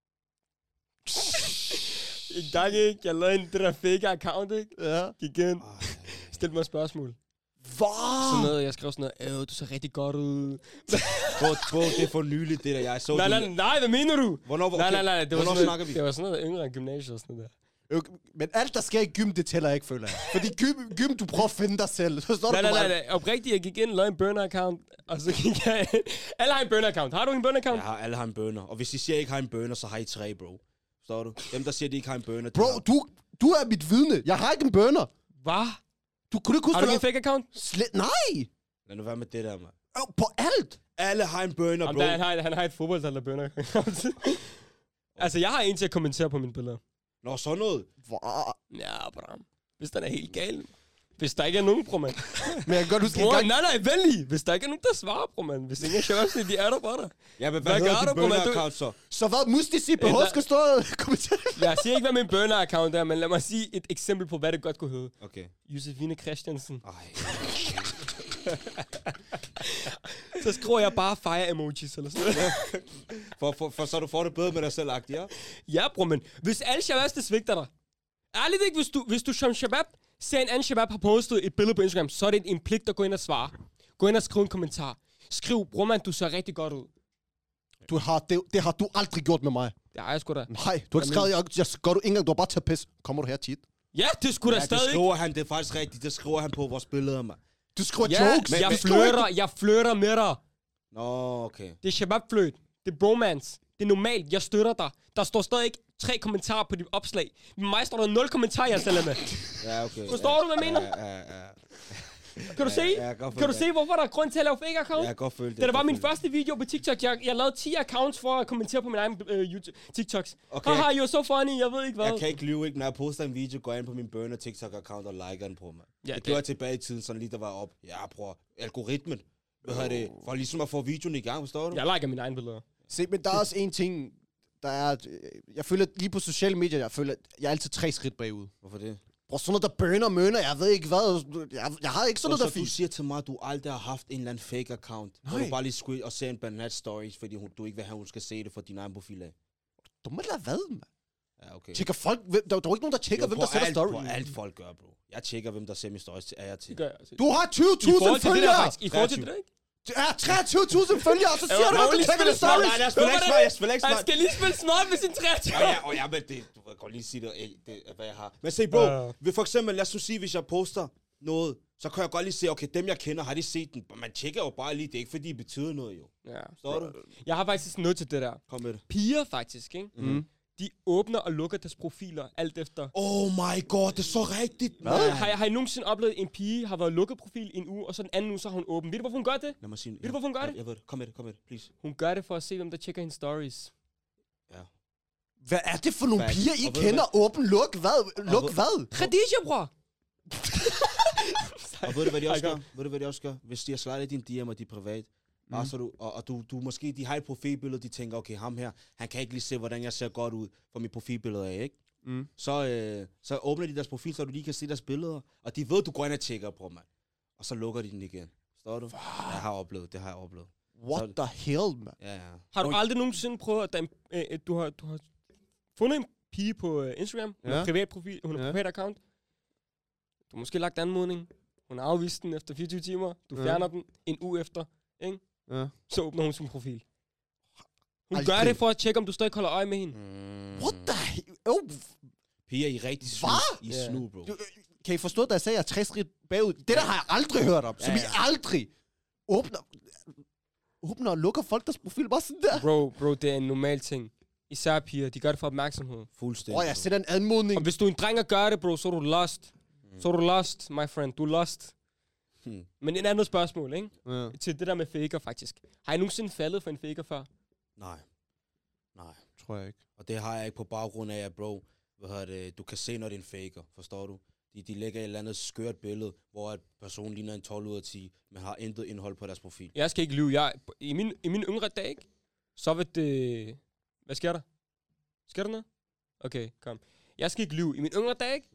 En gang ikke. Jeg lavede en det der fake account, ikke? Ja. Gik ind, Ej, stillede mig spørgsmål. Hvad? Sådan noget, jeg skrev sådan noget, øh, du ser rigtig godt ud. bro, bro, det er for nyligt, det der. Jeg så Nej, det- nej, nej, hvad mener du? Hvornår, okay, Nej, nej, nej, det var, hvornår sådan snakker noget, vi? det var sådan noget yngre end gymnasiet og sådan noget der. Okay, men alt, der sker i gym, det tæller ikke, føler jeg. Fordi gym, gym du prøver at finde dig selv. Så står Nej, du nej, bare- nej, nej, oprigtigt, jeg gik ind og lavede en burner-account, og så gik jeg ind. Alle har en burner-account. Har du en burner-account? Jeg har, alle har en burner. Og hvis I siger, at I ikke har en burner, så har I tre, bro. Forstår du? Dem, der siger, at de ikke har en burner, de Bro, har... du, du er mit vidne. Jeg har ikke en burner. Hvad? Du kunne ikke huske, Har du hvad ikke en fake-account? Slet, nej! Lad nu være med det der, man. Øh, På alt! Alle har en burner, Jamen, bro. der, han, har, han har et fodbold, der lader burner-account. Altså, jeg har en til at kommentere på mine billeder. Nå, sådan noget. Hvor? Ja, bram. Hvis den er helt gal. Hvis der ikke er nogen, bror, mand. Men jeg kan godt huske en Bror, gang... nej, nej, venlig. Hvis der ikke er nogen, der svarer, bror, mand. Hvis ingen er chancen, de er der bare der. Ja, men hvad, Hvad hvad hedder gør din du, bro, man? Du- burner-account så? Så hvad? Mustis i B H Eller- skal stå og kommentere? Jeg siger ikke, hvad min burner-account er, men lad mig sige et eksempel på, hvad det godt kunne hedde. Okay. Josefine Christiansen. Ej. Så skriver jeg bare fire-emojis eller sådan noget. For, for, for så du får det bedre med dig selv, agtigt, ja? Ja, bror, men hvis alle shababs, det svigter dig. Ærligt ikke, hvis du, hvis du som shabab ser en anden shabab har postet et billede på Instagram, så er det en pligt at gå ind og svare. Gå ind og skrive en kommentar. Skriv, bror man, du ser rigtig godt ud. Du har, det, det har du aldrig gjort med mig. Det har jeg sgu da. Nej, du har ikke Jamen- skrevet, jeg, jeg gør du ikke engang, du har bare taget pis. Kommer du her tit? Ja, det skulle Ja, da det stadig. skriver han, det er faktisk rigtigt. Det skriver han på vores billeder, mand. Du skriver Ja, jokes. men, jeg Det skriver flirter, jeg flirter med dig. Nå, okay. Det er shabab-flirt. Det er bromance. Det er normalt. Jeg støtter dig. Der står stadig ikke tre kommentarer på dit opslag. Med mig står der nul kommentarer, jeg selv er med. Ja, okay. Forstår du, hvad jeg mener? Ja, ja, ja. Kan du se? Ja, jeg kan godt Kan du følge se, hvorfor der er grund til at lave fake account? Jeg kan godt følge det. Da det var jeg min kan følge første video på TikTok, jeg, jeg lavede ti accounts for at kommentere på min egen uh, YouTube, TikToks. Okay. Haha, you're so funny, jeg ved ikke hvad. Jeg kan ikke lyve, ikke? Når jeg poster en video, går jeg ind på min burner TikTok-account og liker den på, mig. Ja, det det- gjorde jeg tilbage i tiden, sådan lige der var op. Ja, bror. Algoritmen. Hvad hedder det? For ligesom at få videoen i gang, forstår du? Jeg liker mine egne billeder. Se, men der er også en ting, der er... at, øh, Jeg føler, lige på sociale medier, jeg føler, at jeg er altid tre skridt bagud. Hvorfor det? Bror, sådan noget, der burner og mønner, jeg ved ikke hvad. Jeg, jeg har ikke sådan Og noget, så der du fint. siger til mig, at du aldrig har haft en eller anden fake account. Hvor Nej. du bare lige screen og ser en banat stories, fordi hun, du ikke vil have, hun skal se det fra din egen profil af. Du må lade hvad, mand. Ja, okay. Tjekker folk... hvem- Der, der er ikke nogen, der tjekker, Jo, hvem på der sætter alt, story. På alt folk gør, bro. Jeg tjekker, hvem der ser mine stories til, er jeg til. Det gør jeg altså. Du har tyve I tusind forhold til det der følgere! faktisk. I forhold til det der, ikke? Ja, treogtyve tusind følgere, og så siger du, jeg at vil du lige tjekker spille det smart. stories! Nej, jeg spiller ikke smart, jeg spiller ikke Han smart. skal lige spille smart med sin treogtyve. Og ja, og ja, men det, du kan godt lige sige det, ey, det er, hvad jeg har. Men se, bro, Ja. uh. for eksempel, lad os nu sige, hvis jeg poster noget, så kan jeg godt lige se, okay, dem jeg kender, har de set den? Man tjekker jo bare lige, det er ikke fordi, det betyder noget, jo. Ja. Står du? Jeg har faktisk noget til det der. Kom med det. Piger faktisk, ikke? Mm. De åbner og lukker deres profiler alt efter. Oh my god, det er så rigtigt, Hvad? man. Har, har I nogensinde oplevet, at en pige har været lukket profil i en uge, og så den anden uge, så har hun åben? Ved du, hvorfor hun gør det? Lad mig sige Ved du, hvorfor hun gør ja, det? Jeg ved det. Kom med det, kom med det, please. Hun gør det for at se, hvem der tjekker hendes stories. Hvad er det for nogle Facts. piger, I Og ved du kender? Åben, luk, hvad? Luk, ved- hvad? Khadija, bror! Og ved du, hvad de også Ej, gør? Ved du, hvad de også gør? Hvis de har slettet din D M, og de er privat, bare så du, og, og du, du måske, de har et profilbillede, de tænker, okay, ham her, han kan ikke lige se, hvordan jeg ser godt ud fra mit profilbillede af, ikke? Mm. Så, øh, så åbner de deres profil, så du lige kan se deres billeder, og de ved, du går ind og tjekker, bror, mand. Og så lukker de den igen. Forstår du? Jeg har oplevet, det har jeg oplevet. What the hell, man? Ja, ja. Har du Oj. aldrig nogensinde prøvet, at der, er en- øh, øh, du, har, du har fundet en pige på øh, Instagram, hun Ja. har privat profil, hun har Ja. privat account. Du har måske lagt anmodning, hun har afvist den efter fireogtyve timer, du Ja. fjerner den en uge efter, Ja. så åbner hun sin profil. Hun Aldrig. gør det for at tjekke, om du stadig holder øje med hende. Mm. What the hell? Oh, Piger, I er rigtig snu. Hvad? I er Ja. snu, bro. du, kan I forstå, da jeg sagde, at jeg er tre skridt bagud? Det der har jeg aldrig hørt om. Som Ja, I ja. aldrig åbner... Åbner og lukker folk deres profil bare sådan der. Bro, bro, det er en normal ting. Især piger, de gør det for opmærksomhed. Fuldstændig. Åh, jeg sender en anmodning. Og hvis du er en dreng og gør det, bro, så er du lost. Så er du lost, my friend. Du er lost. Hmm. Men et andet spørgsmål, ikke? Ja. Til det der med faker, faktisk. Har I nogensinde faldet for en faker før? Nej. Nej. Tror jeg ikke. Og det har jeg ikke på baggrund af, at bro, hvad hedder det, du kan se, når det er en faker, forstår du? De, de lægger et eller andet skørt billede, hvor at personen ligner en tolv ud af ti, men har intet indhold på deres profil. Jeg skal ikke lyve. Jeg, i, min, I min yngre dag, ikke? Så vil det... Hvad sker der? Sker der noget? Okay, kom. Jeg skal ikke lyve. I min yngre dag, ikke? Mm.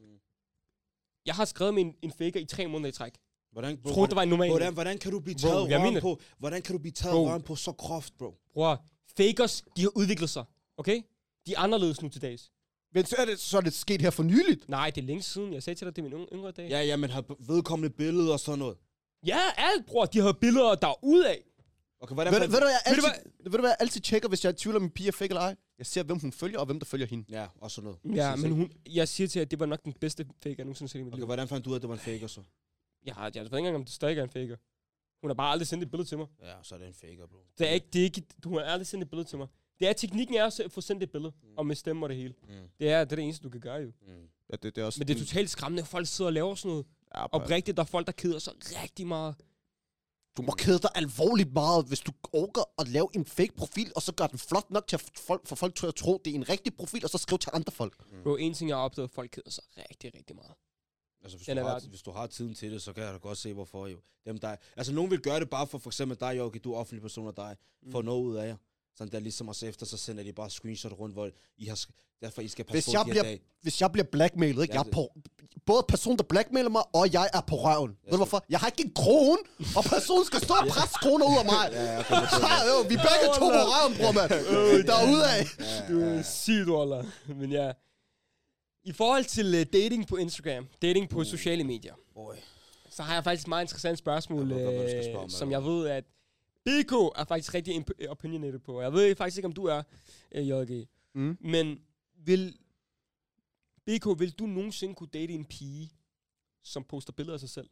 Jeg har skrevet med en, en faker i tre måneder i træk. Hvordan, bro, Jeg troede, det var en normal. hvordan, hvordan kan du blive Bro, taget jeg røven mener- på? Hvordan kan du blive taget Bro. røven på så groft, bro? Bror, fakers, de har udviklet sig. Okay? De er anderledes nu til dags. Men så er, det, så er det sket her for nyligt. Nej, det er længe siden. Jeg sagde til dig, det er min yngre, yngre dag. Ja, ja, men har vedkommende billeder og sådan noget. Ja, alt, bror. De har billeder derudad. Okay, hvordan... Ved, ved, du, hvad jeg Ved du altid, ved, du, hvad jeg altid tjekker, hvis jeg tvivler, om min pige er fake eller ej? Jeg ser, hvem hun følger, og hvem der følger hende. Ja, og sådan noget. Ja, Præcis, men ikke? hun, jeg siger til jer, at det var nok den bedste faker, jeg nogensinde har set i mit Okay, liv. hvordan fandt du ud af, at det var en faker så? Jeg, har, jeg ved ikke engang, om det stadig er en faker. Hun har bare aldrig sendt et billede til mig. Ja, så er det en faker, bro. Det er ikke, det er ikke, hun har aldrig sendt et billede til mig. Det er, teknikken er at få sendt et billede, Mm. og med stemme og det hele. Mm. Det er det, er det eneste, du kan gøre jo. Mm. Ja, det, det er også Men det er totalt skræmmende, at folk sidder og laver sådan noget. Ja, Oprigtigt, der er folk, der keder sig rigtig meget. Du må kede dig alvorligt meget, hvis du orker at lave en fake profil, og så gør den flot nok til at folk, for folk til at tro, det er en rigtig profil, og så skrive til andre folk. Mm. Bro, en ting, jeg har opdaget, at folk keder sig rigtig, rigtig meget. Altså, hvis Den du, er har, verden. hvis du har tiden til det, så kan jeg da godt se, hvorfor jo. Dem, der, altså, nogen vil gøre det bare for for eksempel dig, Jokke, du er offentlig person og dig, for Mm. noget ud af jer. Sådan der ligesom os efter, så sender de bare screenshot rundt, hvor I har, sk- derfor I skal passe Hvis på jeg de her bliver- dage. Hvis jeg bliver blackmailet, ikke? Ja, Jeg er det- på, både person, der blackmailer mig, og jeg er på røven. Ved du skal- hvorfor? Jeg har ikke en krone, og personen skal stå og presse kroner ud af mig. Ja, ja, okay, det er jo, vi er begge to på røven, bror, mand. Derudad. Du er sygt, Waller. Men ja. I forhold til uh, dating på Instagram, dating på Uh. sociale medier, Boy. så har jeg faktisk et meget interessant spørgsmål, Jeg ved godt, hvad du skal øh, spørge om, som eller jeg ved, at B K er faktisk rigtig imp- opinionated på. Jeg ved faktisk ikke, om du er, øh, J G. Mm. Men vil B K, vil du nogensinde kunne date en pige, som poster billeder af sig selv?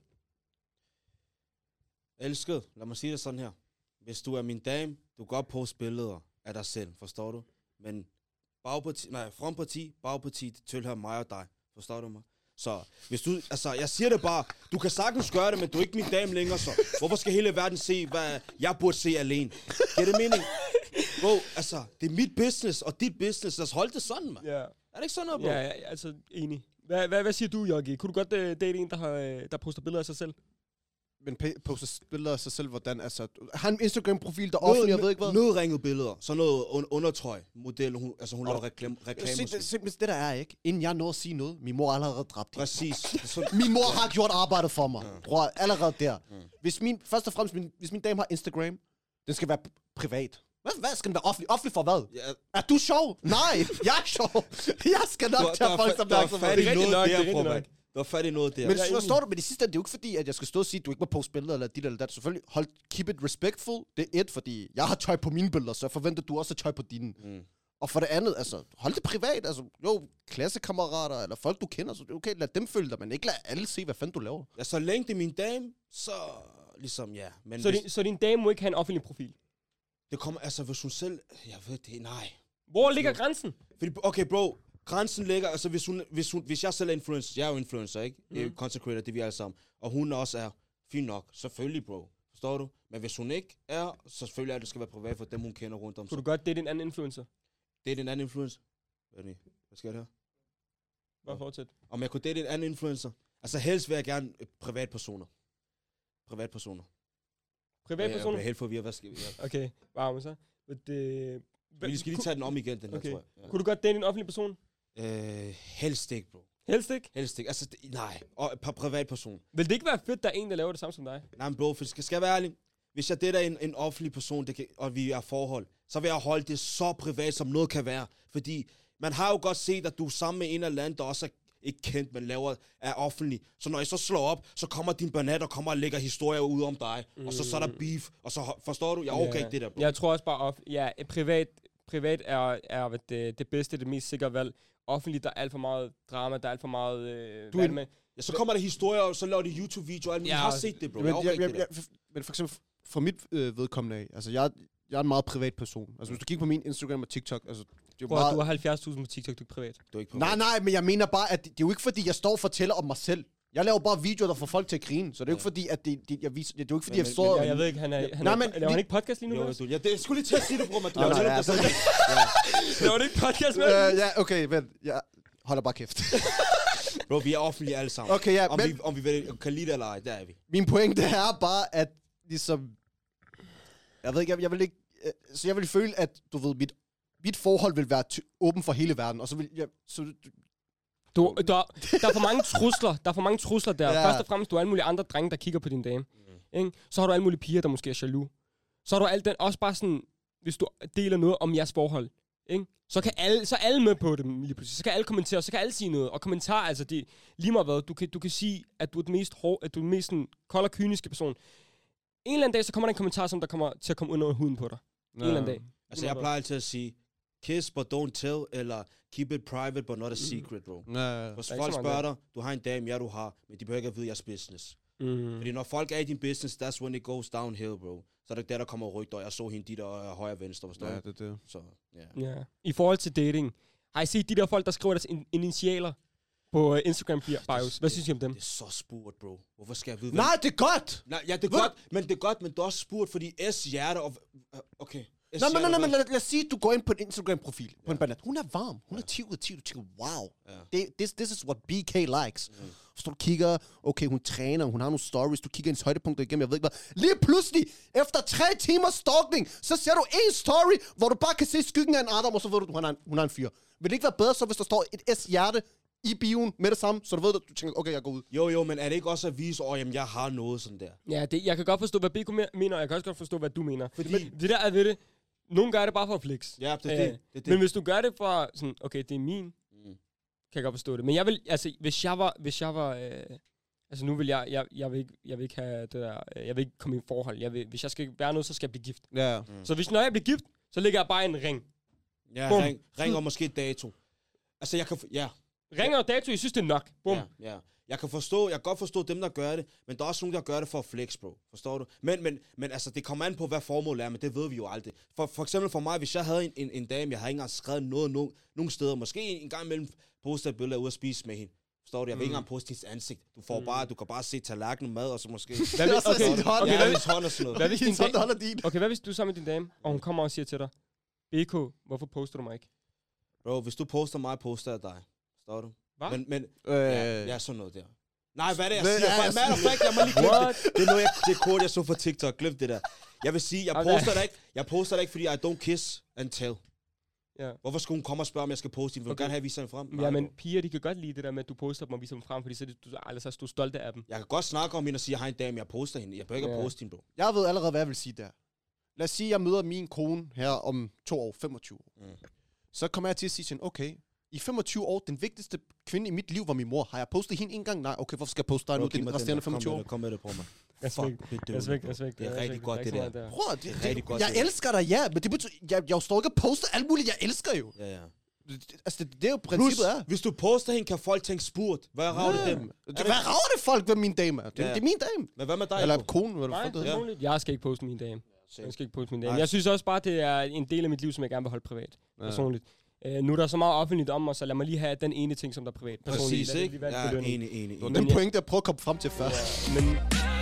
Elsket, lad mig sige det sådan her. Hvis du er min dame, du kan godt poste billeder af dig selv, forstår du? Men bagparti, nej, frontparti, bagparti, det tilhører mig og dig. Forstår du mig? Så hvis du, altså, jeg siger det bare, du kan sagtens gøre det, men du er ikke min dame længere, så hvorfor skal hele verden se, hvad jeg burde se alene? Giver det mening? Bro, altså, det er mit business, og dit business, lad os holde det sådan, man. Ja. Er det ikke sådan noget, bro? Ja, ja, altså, enig. Hvad, hvad, hvad siger du, Joggi? Kunne du godt uh, date en, der, har, uh, der poster billeder af sig selv? Men p- poster billeder af sig selv, hvordan, altså... Har en Instagram-profil, der er offentlig, jeg ved ikke hvad? Nødringede billeder, så noget un- undertøj, model, hun, altså hun Nå. laver reklam- reklamer. Se, det, simpelthen det der er, ikke? Inden jeg nåede at sige noget, min mor har allerede dræbt hende. Præcis. Så, Min mor har gjort arbejdet for mig. Ja. Bror, allerede der. Ja. Hvis min, først og fremmest, min, hvis min dame har Instagram, den skal være p- privat. Hvad, hvad skal den være offentlig? Offentlig for hvad? ja, Er du sjov? Nej, jeg er sjov. Jeg skal nok du, tage du, folks du, du har opmærksomhed. fat i Det er rigtigt noget nok, det er der, rigtigt bror, nok. mand. Du har fat i noget der. Men Jeg er forstår du, men det sidste, det er jo ikke fordi, at jeg skal stå og sige, at du ikke må poste billeder eller dit eller dat. Selvfølgelig, hold, keep it respectful. Det er et, fordi jeg har tøj på mine billeder, så jeg forventer, at du også har tøj på dine. Mm. Og for det andet, altså, hold det privat. Altså, jo, klassekammerater eller folk, du kender, så det er okay, lad dem følge dig, men ikke lad alle se, hvad fanden du laver. Ja, så længe det er min dame, så ligesom, ja. Men Så, hvis, din, så din dame må ikke have en offentlig profil? det kommer, altså hvis hun selv, jeg ved det, nej. Hvor ligger grænsen? Fordi, okay, bro, grænsen ligger, altså hvis, hun, hvis, hun, hvis jeg selv er influencer, jeg er jo influencer, ikke? Mm. Mhm. Content creator, det er vi alle sammen. Og hun også er fint nok, selvfølgelig, bro. Forstår du? Men hvis hun ikke er, så selvfølgelig er det, skal være privat for dem, hun kender rundt om. Kunne Så du godt date en anden influencer? det er den anden influencer. Hvad er det? Hvad skal jeg her? Bare fortsæt. Om jeg kunne date en anden influencer? Altså helst vil jeg gerne øh, privatpersoner. Privatpersoner. Privatperson? Jeg bliver helt forvirret. Hvad skal vi? Ja. Okay, wow, men så. Men det... Vi skal lige tage den om igen, den her, Okay. tror jeg. Ja. Kunne du godt date en offentlig person? Øh, helst ikke, bro. Helst ikke. Helst ikke. Altså, det, nej. Og et par privatperson. Vil det ikke være fedt, der er en, der laver det samme som dig? Nej, men bro, for skal, skal jeg være ærlig. Hvis jeg dater en, en offentlig person, det kan, og vi er forhold, så vil jeg holde det så privat, som noget kan være. Fordi man har jo godt set, at du er sammen med en eller anden, der også er ikke kendt, men laver er offentlig. Så når I så slår op, så kommer din banat og kommer og lægger historier ud om dig. Mm. Og så, så er der beef. Og så forstår du? Jeg overgår ikke det der, bro. Jeg tror også bare, off- ja, privat, privat er, er det, det bedste, det mest sikre valg. Offentligt, der er alt for meget drama, der er alt for meget... Øh, Du hvad er- med? Ja, så kommer der historier, og så laver de YouTube-videoer. Ja, Ja, jeg har set det, bro. Men, Jeg overgår jeg, ikke jeg, det der. jeg, men for eksempel, for mit øh, vedkommende af, altså jeg, jeg er en meget privat person. Altså hvis du kigger på min Instagram og TikTok, altså det er jo Prøv, meget... du har halvfjerds tusind på TikTok, du er ikke privat. Du er ikke på Nej, nej, men jeg mener bare, at det, det er jo ikke fordi, jeg står og fortæller om mig selv. Jeg laver bare videoer, der får folk til at grine. Så det er jo ikke fordi, at det, det, jeg viser, det er jo ikke fordi, Men- jeg står... Ja, jeg ved ikke, han er... Han Nej, er men laver han vi- ikke podcast lige nu? Jo, med os? du, ja, det, jeg skulle lige til at sige det, bror, men du Nej, laver nej, selv altså- det. Laver du ikke podcast med? Øh, ja, okay, men jeg holder bare kæft. Bro, vi er offentlige alle sammen. Okay, ja, Om, men vi, om vi vil, kan lide det eller ej, der er vi. min pointe er bare, at ligesom... Jeg ved ikke, jeg, jeg vil ikke... øh, Så jeg vil føle, at du ved, mit, mit forhold vil være ty- åben for hele verden, og så vil jeg... Så, Du, der, der er for mange trusler. Der er for mange trusler der. Ja. Ja. Først og fremmest, du har alle mulige andre drenge, der kigger på din dame. Mm. Ikke? Så har du alle mulige piger, der måske er jaloux. Så har du alt den, også bare sådan, hvis du deler noget om jeres forhold, ikke? Så kan alle, så er alle med på det lige pludselig. Så kan alle kommentere, så kan alle sige noget. Og kommentarer, altså det lige meget hvad, du kan, du kan sige, at du er den mest hår, at du er den mest sådan, kold og kyniske person. En eller anden dag, så kommer der en kommentar, som der kommer til at komme under huden på dig. En eller anden dag. Altså, jeg plejer altid at sige, kiss but don't tell, eller keep it private but not a secret, bro. nej, Hvis Der er ikke folk så meget spørger dig, du har en dame, ja du har, men de behøver ikke at vide jeres business. Mm. Fordi når folk er i din business, that's when it goes downhill, bro. Så er det der, der kommer rygter, og jeg så hende dit og højre og venstre, forstår ja, ja, det er det. Så, ja. Ja. I forhold til dating, har I set de der folk, der skriver deres in- initialer på uh, Instagram bios? Hvad synes I om dem? Det er så spurgt, bro. Hvorfor skal jeg vide, Nej, det er godt! Nej, ja, det er Hvad? godt, men det er godt, men du er også spurgt, fordi S hjerte og... Okay. S Nej, men, nej, nej, men hjerte, lad, lad os sige, at du går ind på en Instagram-profil, på en banat. Hun er varm. Hun er ti ud af ti. Du tænker, wow. Ja. Det, this, this is what B K likes. Mm. Så du kigger, okay, hun træner, hun har nogle stories, du kigger hendes højdepunkter igennem, jeg ved ikke hvad. Lige pludselig, efter tre timers stalking, så ser du en story, hvor du bare kan se skyggen af en Adam, og så ved du, hun er en, hun er en fyr. Vil det ikke være bedre så, hvis der står et S-hjerte i bioen med det samme, så du ved, at du tænker, okay, jeg går ud. Jo, jo, men er det ikke også at vise, åh, jamen, jeg har noget sådan der? Ja, det, jeg kan godt forstå, hvad B K mener, og jeg kan også godt forstå, hvad du mener. Fordi- Men det der er ved det, nogen gør det bare for at flex. Ja, det er Øh, det. det, er det. Men hvis du gør det for sådan, okay, det er min, Mm. kan jeg godt forstå det. Men jeg vil, altså, hvis jeg var, hvis jeg var, øh, altså nu vil jeg, jeg, jeg vil ikke, jeg vil ikke have det der, øh, jeg vil ikke komme i et forhold. Jeg vil, hvis jeg skal være noget, så skal jeg blive gift. Ja. Mm. Så hvis, når jeg bliver gift, så lægger jeg bare en ring. Ja, Bum. ring, ring og måske dato. Altså, jeg kan... f- Ja. Ringer og dato, jeg synes, det er nok. Bum. Ja, ja. Jeg kan forstå, jeg kan godt forstå dem, der gør det, men der er også nogen, der gør det for at flex, bro. Forstår du? Men, men, men altså, det kommer an på, hvad formålet er, men det ved vi jo aldrig. For, for eksempel for mig, hvis jeg havde en, en, en dame, jeg havde ikke engang skrevet noget no, nogen steder, måske en, en gang imellem poster et billede ude at spise med hende. Forstår du? Jeg vil mm. ikke engang poste hendes ansigt. Du får mm. bare, du kan bare se tallerkenen mad, og så måske... Hvad hvis, okay, okay, okay, ja, hvad, hvis hånd og sådan noget. Hvad hvis din Sådan dame, holder din. okay, hvad hvis du er sammen med din dame, og hun kommer og siger til dig, B K, hvorfor poster du mig ikke? Bro, hvis du poster mig, poster jeg dig. Forstår du? Hvad? Men, men Øh. ja, ja, sådan noget der. Nej, hvad er det, jeg Hvad siger? er For, jeg matter of fact, jeg må lige glemme What? det. Det er noget, jeg, det er kort, jeg så på TikTok. Glem det der. Jeg vil sige, jeg Okay. poster det ikke, jeg poster det ikke, fordi I don't kiss and tell. Ja. Hvorfor skulle hun komme og spørge, om jeg skal poste hende? Vil du Okay. gerne have, at vise hende frem? Ja, Nej, men bro. piger, de kan godt lide det der med, at du poster dem og viser dem frem, fordi så er det, du, altså, så er du stolt af dem. Jeg kan godt snakke om hende og sige, jeg har en dame, jeg poster hende. Jeg behøver ikke Ja. at poste hende, bro. Jeg ved allerede, hvad jeg vil sige der. Lad os sige, at jeg møder min kone her om to år, femogtyve år. Mm. Så kommer jeg til at sige til hende, okay, i femogtyve år, den vigtigste kvinde i mit liv var min mor. Har jeg postet hende en gang? Nej, okay, hvorfor skal jeg poste dig nu, Bro, giv den mig resterende der. femogtyve Kom med år? det, kom med det, bror, man. Respekt, Fuck, bedøvende, respekt, bro. respekt. Det er respekt, rigtig godt, det ikke så der. meget Bror, det, Det er det, rigtig godt, jeg det der. elsker dig, ja, men det betyder, jeg, jeg står ikke og poster alt muligt, jeg elsker jo. Ja, ja. Det- Altså, det, det er jo Plus, princippet er. hvis du poster hende, kan folk tænke spurgt. Hvad rager det dem? Det, hvad rager det folk, hvad min dame er? Det, Ja. det er min dame. Men hvad med dig, Eller bro? kone, hvad du Nej, fuck det det hedder. er muligt. Jeg skal ikke poste min dame. Same. Jeg skal ikke poste min dame. Nej. Jeg synes også bare, det er en del af mit liv, som jeg gerne vil holde privat. Personligt. Uh, nu er der så meget offentligt om mig, så lad mig lige have den ene ting, som der er privat. Personligt. Præcis, Lad det ikke? lige være en Ja, belønning. enig, enig, Det var enig. den point, der prøver at komme frem til før. Men,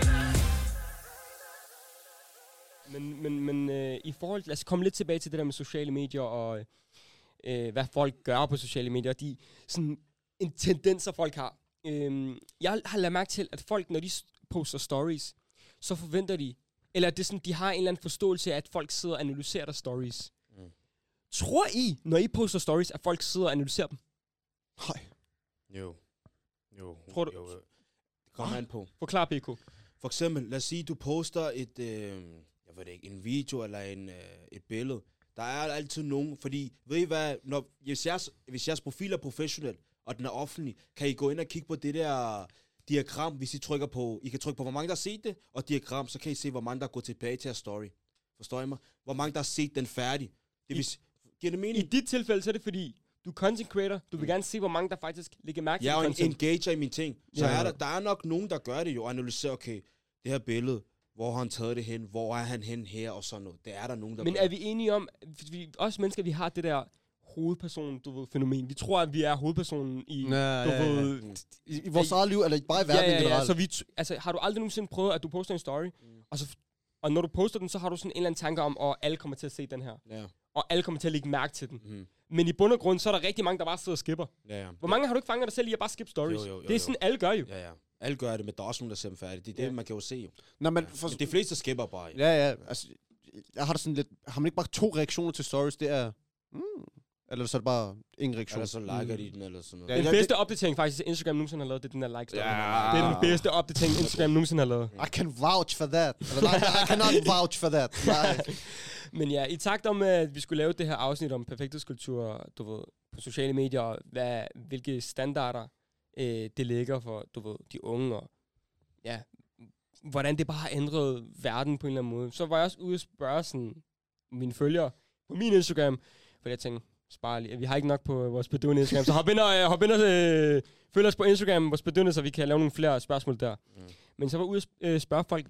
men, men, men øh, i forhold til, lad os komme lidt tilbage til det der med sociale medier og øh, hvad folk gør på sociale medier. De sådan en tendenser, folk har. Øh, jeg har lagt mærke til, at folk, når de s- poster stories, så forventer de, eller det er sådan, de har en eller anden forståelse af, at folk sidder og analyserer deres stories. Mm. Tror I, når I poster stories, at folk sidder og analyserer dem? Nej. Jo. Jo. Tror du- Jo, jo. Det kommer an på. Forklar, P K. For eksempel, lad os sige, du poster et, øh, jeg ved det ikke, en video eller en, øh, et billede. Der er altid nogen, fordi, ved I hvad, når, hvis, jeres, hvis jeres profil er professionel, og den er offentlig, kan I gå ind og kigge på det der diagram, hvis I trykker på, I kan trykke på, hvor mange der har set det, og diagram, så kan I se, hvor mange der er gået tilbage til jeres story. Forstår I mig? Hvor mange der har set den færdig. Det vil, giver det I mening? dit tilfælde, så er det fordi, du er content creator, du vil gerne se, hvor mange der faktisk lægger mærke til Jeg er jo dit en content. engager i mine ting. Så Ja. er der, der er nok nogen, der gør det jo, og analyserer, okay, det her billede, hvor har han taget det hen, hvor er han hen her, og sådan noget. Det er der nogen, der Men gør. er vi enige om, at vi, os mennesker, vi har det der hovedperson, du ved, fænomen. Vi tror, at vi er hovedpersonen i, Ja, du ja, ja. ved... I, I vores eget liv, eller bare i verden ja, ja, ja. generelt. Så vi, t- altså, har du aldrig nogensinde prøvet, at du poster en story, Mm. og, så, og når du poster den, så har du sådan en eller anden tanke om, at alle kommer til at se den her. Ja. Og alle kommer til at lægge mærke til den. Mm. Men i bund og grund, så er der rigtig mange, der bare sidder og skipper. Ja, ja. Hvor mange har du ikke fanget dig selv i at bare skip stories? Jo, jo, jo, det er jo. sådan, alle gør jo. Ja, ja. Alle gør det, men der er også nogen, der ser dem færdige. Det er det, Ja. man kan jo se jo. Nå, men for, Men de fleste skipper bare. ja, ja, altså, jeg har det sådan lidt, har man ikke bare to reaktioner til stories, det er, mm, eller så er det bare ingen reaktion. Eller så liker de den, eller sådan noget. Ja, Den ja, bedste opdatering faktisk, Instagram nogensinde har lavet, det er den der like story. Ja. Det er den bedste opdatering, Instagram nogensinde har lavet. I can vouch for that. Eller, nej, I cannot vouch for that. Nej. Men ja, i takt om, at vi skulle lave det her afsnit om perfekthedskultur, du ved, på sociale medier, og hvad, hvilke standarder øh, det ligger for, du ved, de unge, og ja, hvordan det bare har ændret verden på en eller anden måde. Så var jeg også ude og spørge sådan, mine følgere på min Instagram, for jeg tænkte, spare lige, vi har ikke nok på vores bedøvende Instagram, så hop ind og, øh, hop ind og øh, følg os på Instagram, vores bedøvende, så vi kan lave nogle flere spørgsmål der. Mm. Men så var jeg ude og øh, spørge folk,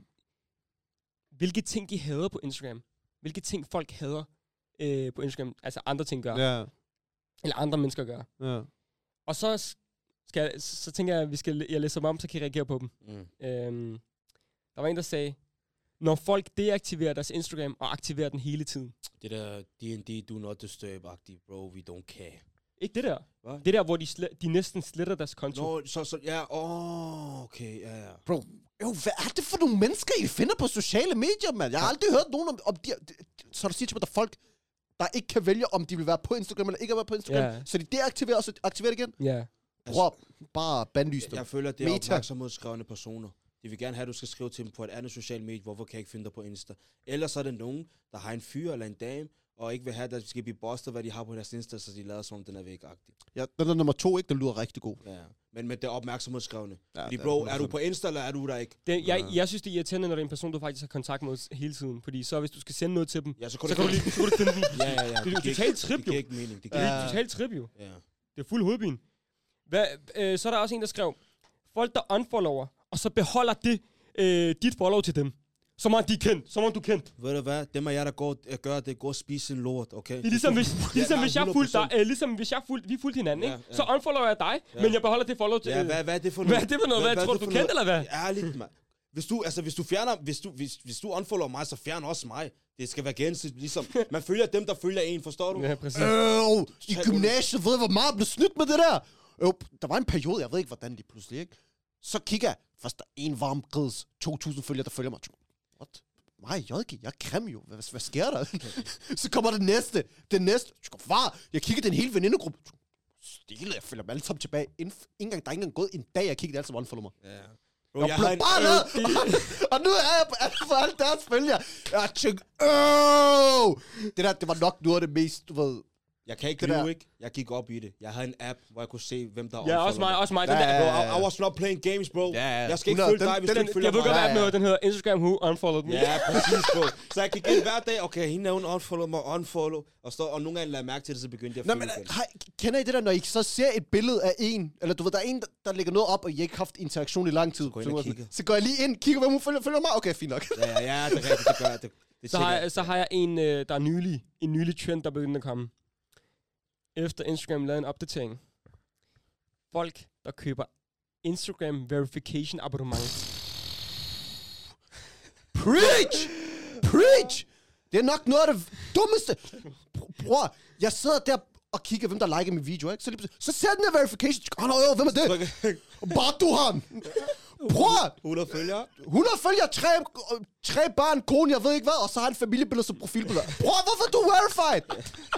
hvilke ting de hader på Instagram. Hvilke ting folk hader øh, på Instagram, altså andre ting gør, Ja, eller andre mennesker gør. ja. Og så, skal jeg, så tænker jeg, at vi skal, jeg læser dem om, så kan I reagere på dem. Mm. Øhm, der var en, der sagde, når folk deaktiverer deres Instagram og aktiverer den hele tiden. Det der D and D do not disturb-agtigt, bro, we don't care. Ikke det der. Hvad? Det der, hvor de, sle- de næsten sletter deres konto. Nå, så, så, ja, åh, oh, okay, ja, ja. Bro, jo, hvad er det for nogle mennesker, I finder på sociale medier, mand? Jeg har aldrig hørt nogen om, om de, så du siger til mig, der er folk, der ikke kan vælge, om de vil være på Instagram eller ikke være på Instagram. Ja. Så de deaktiverer og så aktiverer det igen. Ja. Bror, bare bandlys Jeg, dem. jeg føler, det er Meta. opmærksomhedsskrevne personer. De vil gerne have, at du skal skrive til dem på et andet socialt medie, hvorfor kan jeg ikke finde dig på Insta? Ellers så er det nogen, der har en fyr eller en dame, og ikke vil have, at de skal blive bustet, hvad de har på deres Insta, så de lader sådan, den er væk-agtig. Ja, den der nummer to, ikke? Den lyder rigtig god. Ja, men, men det er opmærksomhedsskrevne. Ja, Fordi det bro, hundrede er du procent. på Insta, eller er du der ikke? Det, jeg, jeg synes, det er irriterende, når det er en person, du faktisk har kontakt med hele tiden. Fordi så hvis du skal sende noget til dem, Ja, så kan så kan du, lige, så kan du finde den. Ja, ja, ja. Det er jo giver totalt ikke- trip, Det giver jo. ikke mening. Det Det giver er Ja. totalt trip jo. Ja. Det er fuld hovedpine. Hvad, øh, så er der også en, der skrev, folk, der unfollower, og så beholder det øh, dit follow til dem. Så må de kendt, så må du kendt. Ved du hvad? Det må jeg, der går og gør, det går og spise sin lort, okay? Det er ligesom, hvis, ligesom, hvis jeg fulgte dig, øh, ligesom hvis jeg fulgte, vi fulgte hinanden, ja, ikke? Ja. Så unfollower jeg dig, ja. men jeg beholder det follow til... Ja, hvad, hvad er det for noget? Hvad er det for noget? Hvad, hvad, hvad tror du, du kendt, eller hvad? Ærligt, mand. Hvis du, altså, hvis du fjerner, hvis du, hvis, hvis du unfollower mig, så fjern også mig. Det skal være gensidigt, ligesom, man følger dem, der følger en, forstår du? Ja, præcis. Øh, i gymnasiet, ved du, hvor meget blev snydt med det der? Øh, der var en periode, jeg ved ikke, hvordan lige pludselig, ikke? Så kigger jeg, først der er en varm grids, to tusind følgere, der følger mig. What? Nej, J G, jeg er grim jo. Hvad, hvad sker der? Så kommer det næste. Det næste. Far, jeg kigger den hele venindegruppe. Stille, jeg følger dem alle sammen tilbage. Ingen gang, der er ikke engang gået en dag, jeg kiggede alle sammen unfollow mig. Ja. Bro, jeg, jeg blev bare ned, og, og nu er jeg på, på alle deres følgere. Jeg tænkte, åh! Det der, det var nok noget af det mest, du ved... Jeg kan ikke lyve, ikke? Jeg gik op i det. Jeg havde en app, hvor jeg kunne se, hvem der Ja, også mig, også mig. Den ja, der, bro, I, I was not playing games, bro. Ja, ja. Jeg skal ikke hundrede, følge dig, den, hvis den, du ikke følger jeg ved mig. godt, hvad den hedder. Den hedder Instagram Who Unfollowed Me. Ja, præcis, bro. Så jeg gik ind hver dag, okay, hende er hun unfollow mig, unfollow. Og, stå, og nogle gange lagde mærke til det, så begyndte jeg at følge igen. Hej, kender I det der, når I så ser et billede af en, eller du ved, der er en, der, der lægger noget op, og I ikke har haft interaktion i lang tid. Så går jeg ind og kigger. Så går jeg lige ind, kigger, hvem hun følger, følger mig. Okay, fint nok. Ja, ja, ja, det er rigtigt, det gør jeg. Det, det så, har jeg så har jeg en, øh, der er nylig, en nylig trend, der begynder at komme. Efter Instagram lavede en opdatering. Folk, der køber Instagram verification abonnement. Preach! Preach! Det er nok noget af det dummeste. Bror, jeg sidder der og kigger, hvem der liker min video, ikke? Så, lige, så ser den der verification. Åh, oh, no, hvem er det? Batuhan! Bror! hundrede følgere. hundrede følgere, tre, tre barn, kone, jeg ved ikke hvad, og så har han et familiebillede som profilbillede. Bror, hvorfor er du verified?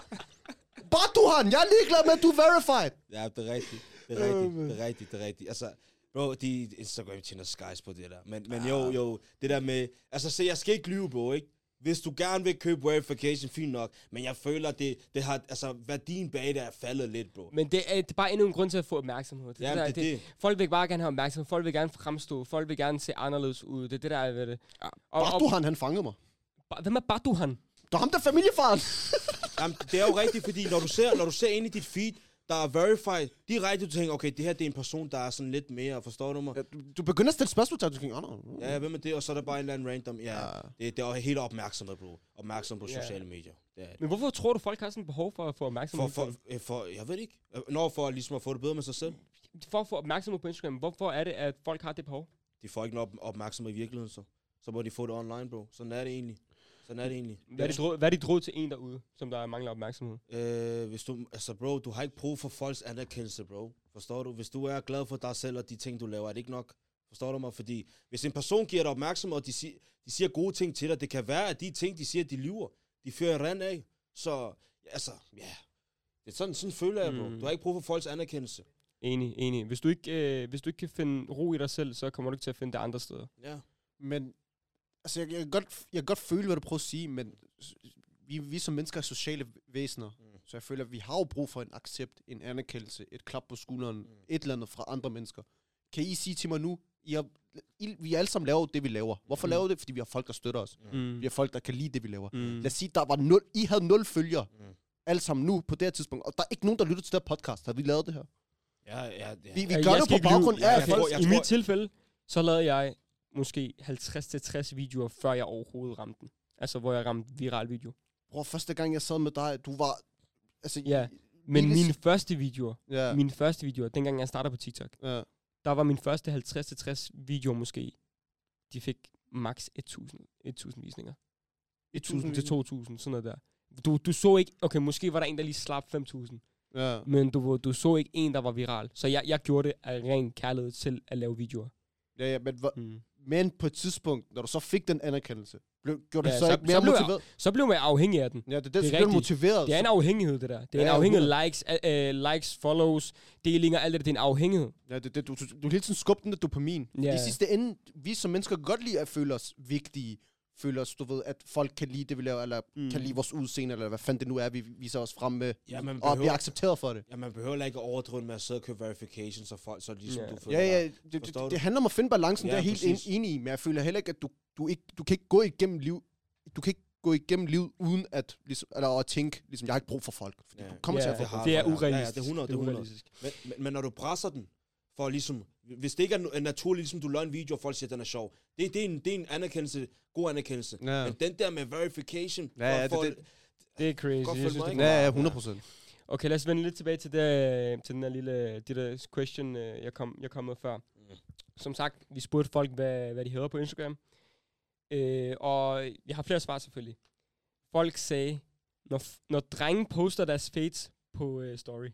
Batuhan, jeg er ligeglad med, at du er verified. Ja, det er rigtigt. Det er rigtigt, det er rigtigt, det er rigtigt. Altså, bro, de Instagram tjener skies på det der. Men, men jo, jo, det der med... Altså, se, jeg skal ikke lyve, bro, ikke? Hvis du gerne vil købe verification, fint nok. Men jeg føler, det, det har... Altså, værdien bag det er faldet lidt, bro. Men det er, det er bare endnu en grund til at få opmærksomhed. Det, Jamen, det, der, det, det, det. Folk vil bare gerne have opmærksomhed. Folk vil gerne fremstå. Folk vil gerne se anderledes ud. Det er det, der er ved det. Ja, Batuhan, han fangede mig. Ba- Hvem er Batuhan? Det er ham, der er familiefaren. Jamen, det er jo rigtigt, fordi når du ser, når du ser ind i dit feed, der er verified, direkte du tænker, okay, det her det er en person, der er sådan lidt mere, forstår du mig? Ja, du, du begynder at stille spørgsmål til, at du tænker, oh, no. Ja, hvem er det? Og så er der bare en eller anden random. Ja, Ja. det, det er jo helt opmærksomhed, bro. Opmærksom på Ja. sociale medier. Det er, Men hvorfor tror du, folk har sådan et behov for at få for, opmærksomhed? for, for, for, jeg ved ikke. Når for ligesom at få det bedre med sig selv. for at få opmærksomhed på Instagram. Hvorfor er det, at folk har det behov? De får ikke nok opmærksomhed i virkeligheden, så. Så må de få det online, bro. Sådan er det egentlig. Sådan er det egentlig. Hvad er dit råd, hvad er dit råd til en derude, som der mangler opmærksomhed? Øh, hvis du, altså bro, du har ikke brug for folks anerkendelse, bro. Forstår du? Hvis du er glad for dig selv og de ting, du laver, er det ikke nok? Forstår du mig? Fordi hvis en person giver dig opmærksomhed, og de, si- de siger gode ting til dig, det kan være, at de ting, de siger, de lyver. De fører rand af. Så, altså, ja. Yeah. Det er sådan, sådan føler jeg, bro. Mm. Du har ikke brug for folks anerkendelse. Enig, enig. Hvis du ikke, øh, hvis du ikke kan finde ro i dig selv, så kommer du ikke til at finde det andre steder. Ja. Men, altså, jeg, jeg, kan godt, jeg kan godt føle, hvad du prøver at sige, men vi, vi som mennesker er sociale væsener, mm. så jeg føler, at vi har jo brug for en accept, en anerkendelse, et klap på skulderen, mm. et eller andet fra andre mennesker. Kan I sige til mig nu, I har, I, vi alle sammen laver det, vi laver. Hvorfor mm. laver vi det? Fordi vi har folk, der støtter os. Mm. Vi har folk, der kan lide det, vi laver. Mm. Lad os sige, der var nul, I havde nul følgere, Mm. alle sammen nu, på det her tidspunkt, og der er ikke nogen, der lytter til det her podcast. Har vi lavet det her? Ja, ja, ja. Vi, vi Jeg gør det skal på ikke lyve. baggrund Ja, af, jeg at tror- folk... jeg I tror- mit tilfælde, så lavede jeg måske halvtreds til tres videoer, før jeg overhovedet ramte den. Altså, hvor jeg ramte viral video. Bror, første gang jeg sad med dig, du var... Altså, Ja, men Lille- mine første videoer, ja, mine første videoer, dengang jeg startede på TikTok, ja. der var mine første halvtreds til tres videoer måske, de fik max tusind visninger. tusind til to tusind, sådan noget der. Du, du så ikke, okay, måske var der en, der lige slap fem tusind, ja. men du, du så ikke en, der var viral. Så jeg, jeg gjorde det af ren kærlighed til at lave videoer. Ja, ja, men, hvor, Mm. men på et tidspunkt, når du så fik den anerkendelse, blev, gjorde du Ja, så, så- ikke mere så blev jeg- motiveret? Så blev man afhængig af den. Ja, det er det, det er så blev du rigtigt. motiveret. Det er en afhængighed, det der. Det er Ja, en afhængighed. hundrede. Likes, uh, likes, follows, delinger, alt det der. Det er en afhængighed. Ja, det, det, du, du, du vil hele tiden skubbe den der dopamin. Ja. I sidste ende, vi som mennesker kan godt lide at føle os vigtige, føle os, du ved, at folk kan lide det, vi laver, eller Mm. mm. kan lide vores udseende, eller hvad fanden det nu er, vi viser os frem med, Ja, man og behøver- bliver accepteret for det. Ja, man behøver ikke at overdrive med at sidde og købe verifications og folk, så ligesom Ja. du føler Ja, ja, dig. det, det, Forstår det, du? det handler om at finde balancen, Ja, det er jeg helt præcis. en, enig i, men jeg føler heller ikke, at du, du, ikke, du kan ikke gå igennem liv, du kan ikke gå igennem livet uden at, ligesom, eller at tænke, ligesom, jeg har ikke brug for folk. Fordi Ja. du kommer Ja, til at få det, folk. det er Ja, ja, urealistisk. det er hundrede, det er hundrede. urealistisk. Men, men, men når du presser den, for ligesom, hvis det ikke er en naturlig, ligesom du laver en video, og folk siger, at den er sjov, det, det, er, en, det er en anerkendelse, god anerkendelse. Ja. Men den der med verification, Ja, ja, for, det- det- Det er crazy. Godt Jeg følge synes, mig, det ikke? er Ja, ja, meget. hundrede procent. Okay, lad os vende lidt tilbage til, det, til den her lille det der question, øh, jeg kom, jeg kom med før. Mm. Som sagt, vi spurgte folk, hvad, hvad de hedder på Instagram. Øh, og jeg har flere svar selvfølgelig. Folk sagde, når, f- når drenge poster deres fates på øh, story.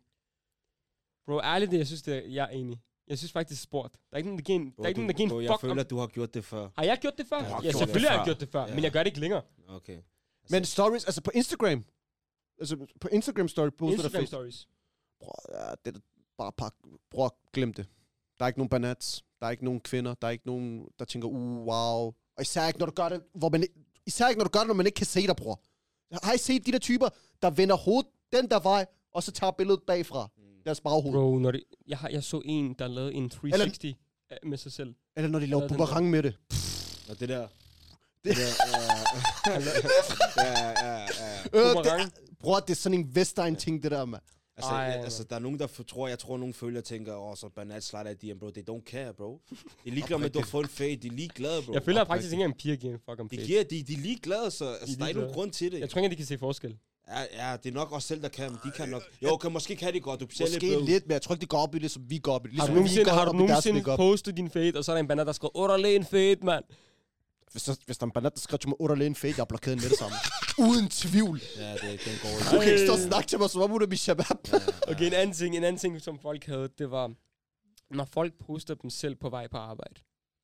Bro, ærligt det, jeg synes, det er, jeg er enig. Jeg synes faktisk, det er sport. Der er ikke nogen, der giver en, der er ikke nogen, der giver en Bro, fuck jeg om... føler, at du har gjort det før. Har jeg gjort det før? Du har Ja, gjort det selvfølgelig har jeg før. gjort det før, Ja. men jeg gør det ikke længere. Okay. Men stories, altså på Instagram. Altså på Instagram story poster der Instagram face. stories. Bror, ja, det er bare pak. Bror, glem det. Der er ikke nogen banats. Der er ikke nogen kvinder. Der er ikke nogen, der tænker, uh, wow. Og især ikke, når du gør det, hvor man, især ikke, når du gør det, når man ikke kan se dig, bror. Har I set de der typer, der vender hovedet den der vej, og så tager billedet bagfra? Deres baghoved. Bro, når det, jeg, har, jeg så en, der lavede en tre seks nul Eller, med sig selv. Eller når de laver Hvad er den boomerang med det. Og det der... Det- Det der, ja, ja, ja, ja. Øh, det Boomerang. er, bror, det er sådan en Vestegn-ting, det der, mand. Altså, Ej, jeg, man. altså, der er nogen, der f- tror, jeg tror, nogen følger og tænker, åh, så banalt slider af D M, bro. They don't care, bro. De er ligeglade med, at du har fået en fade. De er ligeglade, bro. Jeg føler faktisk Oprigtigt. ikke engang, piger giver en fuck om De, face. giver, de, de er ligeglade, så altså, De er der er ikke nogen ligeglade. grund til det. Jeg tror ikke, de kan se forskel. Ja, ja, det er nok også selv, der kan, men de kan nok. Jo, okay, måske kan de godt. Du ser lidt Måske bøv. lidt, men jeg tror ikke, de går op i det, som vi går op i det. Har Ligesom du vi nogensinde, går har du op i deres nogensinde makeup. postet din fade, og så er der en banner, der skriver, otterle en fade, mand. Hvis der, hvis der er en banat, der skriver til mig, otte en fade, jeg er blokeret med det samme. Uden tvivl. Ja, det, den går Du ikke. kan ikke stå og snakke til mig, som om hun er min shabab. Okay, en anden ting, en anden ting, som folk havde, det var, når folk poster dem selv på vej på arbejde.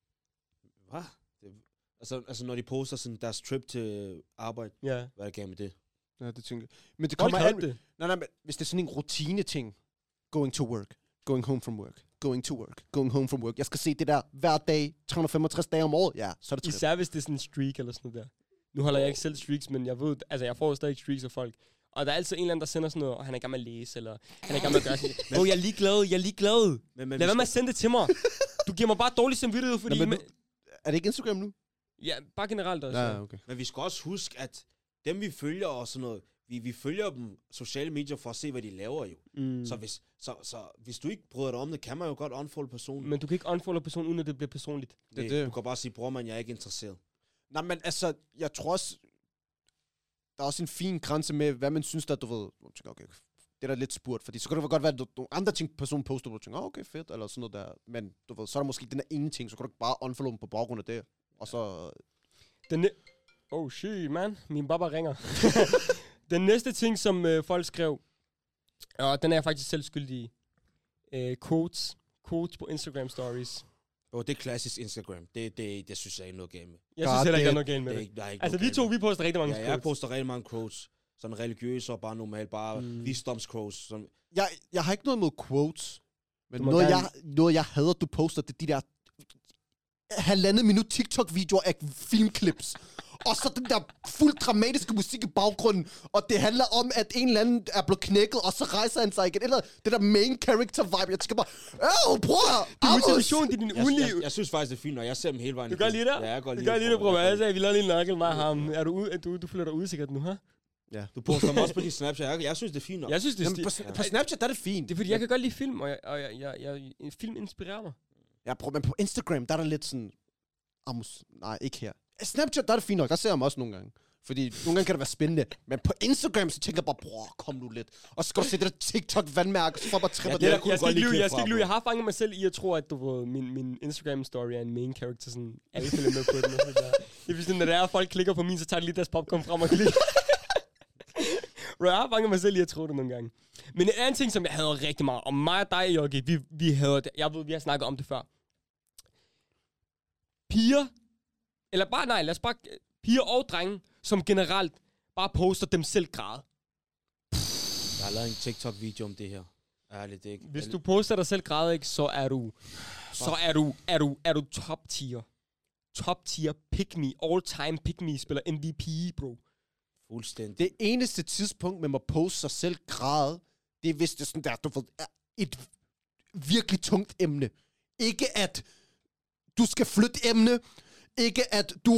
Hvad? Det, altså, altså, når de poster sådan deres trip til arbejde, Ja. hvad er der galt med det? Ja, det tænker jeg. Men det Folk kommer havde an... det. Nej, nej, men hvis det er sådan en rutine-ting. Going to work. Going home from work. Going to work. Going home from work. Jeg skal se det der hver dag, tre hundrede femogtres dage om året. Ja, så er det trip. Især hvis det er sådan en streak eller sådan noget der. Nu holder jeg ikke selv streaks, men jeg ved, altså jeg får stadig streaks af folk. Og der er altid en eller anden, der sender sådan noget, og han er i gang med at læse, eller han er i gang med at gøre sådan noget. Åh, jeg er ligeglad, jeg er ligeglad. Men, men Lad vi være med at skal- sende det til mig. Du giver mig bare dårlig samvittighed, fordi... Nå, men men, nu- Er det ikke Instagram nu? ja, bare generelt også. Ja, okay. Men vi skal også huske, at dem vi følger og sådan noget, vi, vi følger dem sociale medier for at se, hvad de laver jo. Mm. Så, hvis, så, så hvis du ikke bryder dig om det, kan man jo godt unfollow personen. Men du kan ikke unfollow personen, uden at det bliver personligt. Det er Nej, det. Du kan bare sige, bror man, jeg er ikke interesseret. Nej, men altså, jeg tror også, der er også en fin grænse med, hvad man synes, der du ved, du tænker, okay, det er da lidt spurgt, fordi så kan det godt være, at du- nogle andre ting, personen poster, hvor du tænker, oh, okay, fedt, eller sådan noget der, men du ved, så er der måske den der ene ting, så kan du ikke bare unfollow dem på baggrund af det, og så, Den næ- oh shit, man. Min baba ringer. Den næste ting, som øh, folk skrev, og den er jeg faktisk selv skyldig i. Øh, quotes. Quotes på Instagram stories. Og det er klassisk Instagram. Det, det, det synes jeg ikke er noget galt med. Jeg God synes heller ikke, der er damn. noget galt med Det er det. ikke, der er ikke Altså, noget vi galt to, med vi poster rigtig mange Ja, jeg quotes. poster rigtig mange quotes. Sådan religiøse og bare normalt, bare Mm. mm. visdoms-quotes. Sådan, jeg, jeg har ikke noget mod quotes, men Du må noget gerne- jeg, noget jeg hader, du poster, det er de der halvandet minut TikTok-videoer af filmklips. Og så den der fuldt dramatiske musik i baggrunden, og det handler om, at en eller anden er blevet knækket, og så rejser han sig igen. Eller det der main character vibe. Jeg tænker bare, åh, bror, Du er Amos! motivation til din jeg, ugenliv. jeg, jeg, synes faktisk, det er fint, når jeg ser dem hele vejen. Du gør igennem. lige det? Ja, jeg gør Du lige gør lige det, bror. Jeg gør Altså, vi laver lige en nakkel med ham. Er du, ude, er du, du føler dig usikkert nu, ha? Du poster dem også på din Snapchat. Jeg, jeg synes, det er fint nok. Jeg synes, det er Jamen, sti- på, på Snapchat, der er det fint. Det er fordi, jeg kan godt lide film, og, jeg, og jeg, jeg, jeg, jeg, film inspirerer mig. Ja, prøv, men på Instagram, der er der lidt sådan, Amos, nej, ikke her. Snapchat, der er det fint nok. Der ser jeg mig også nogle gange. Fordi nogle gange kan det være spændende. Men på Instagram, så tænker jeg bare, bror, kom nu lidt. Og så skal du se det der TikTok-vandmærke, så får jeg bare tripper Ja, det det der der. kunne jeg, du skal godt ikke lige lyve, klippe jeg skal fra, ikke lyve, bro. jeg har fanget mig selv i at tro, at du ved, min, min Instagram-story er en main character, sådan alle følger med på den. Og sådan der. Det er sådan, når der er, folk klikker på min, så tager de lige deres popcorn frem og klikker. Bro, jeg har fanget mig selv i at tro det nogle gange. Men en anden ting, som jeg hader rigtig meget, og mig og dig, Jogi, vi, vi hader det. Jeg ved, vi har snakket om det før. Piger, eller bare, nej, lad os bare, piger og drenge, som generelt bare poster dem selv græde. Jeg har lavet en TikTok-video om det her. Ærligt, det er ikke. Hvis du poster dig selv græde, ikke, så er du, så er du, er du, er du top tier. Top tier, pick me, all time pick me, spiller M V P, bro. Fuldstændig. Det eneste tidspunkt, man må poste sig selv græde, det er hvis det er sådan der, du ved, er et virkelig tungt emne. Ikke at du skal flytte emne. Ikke at du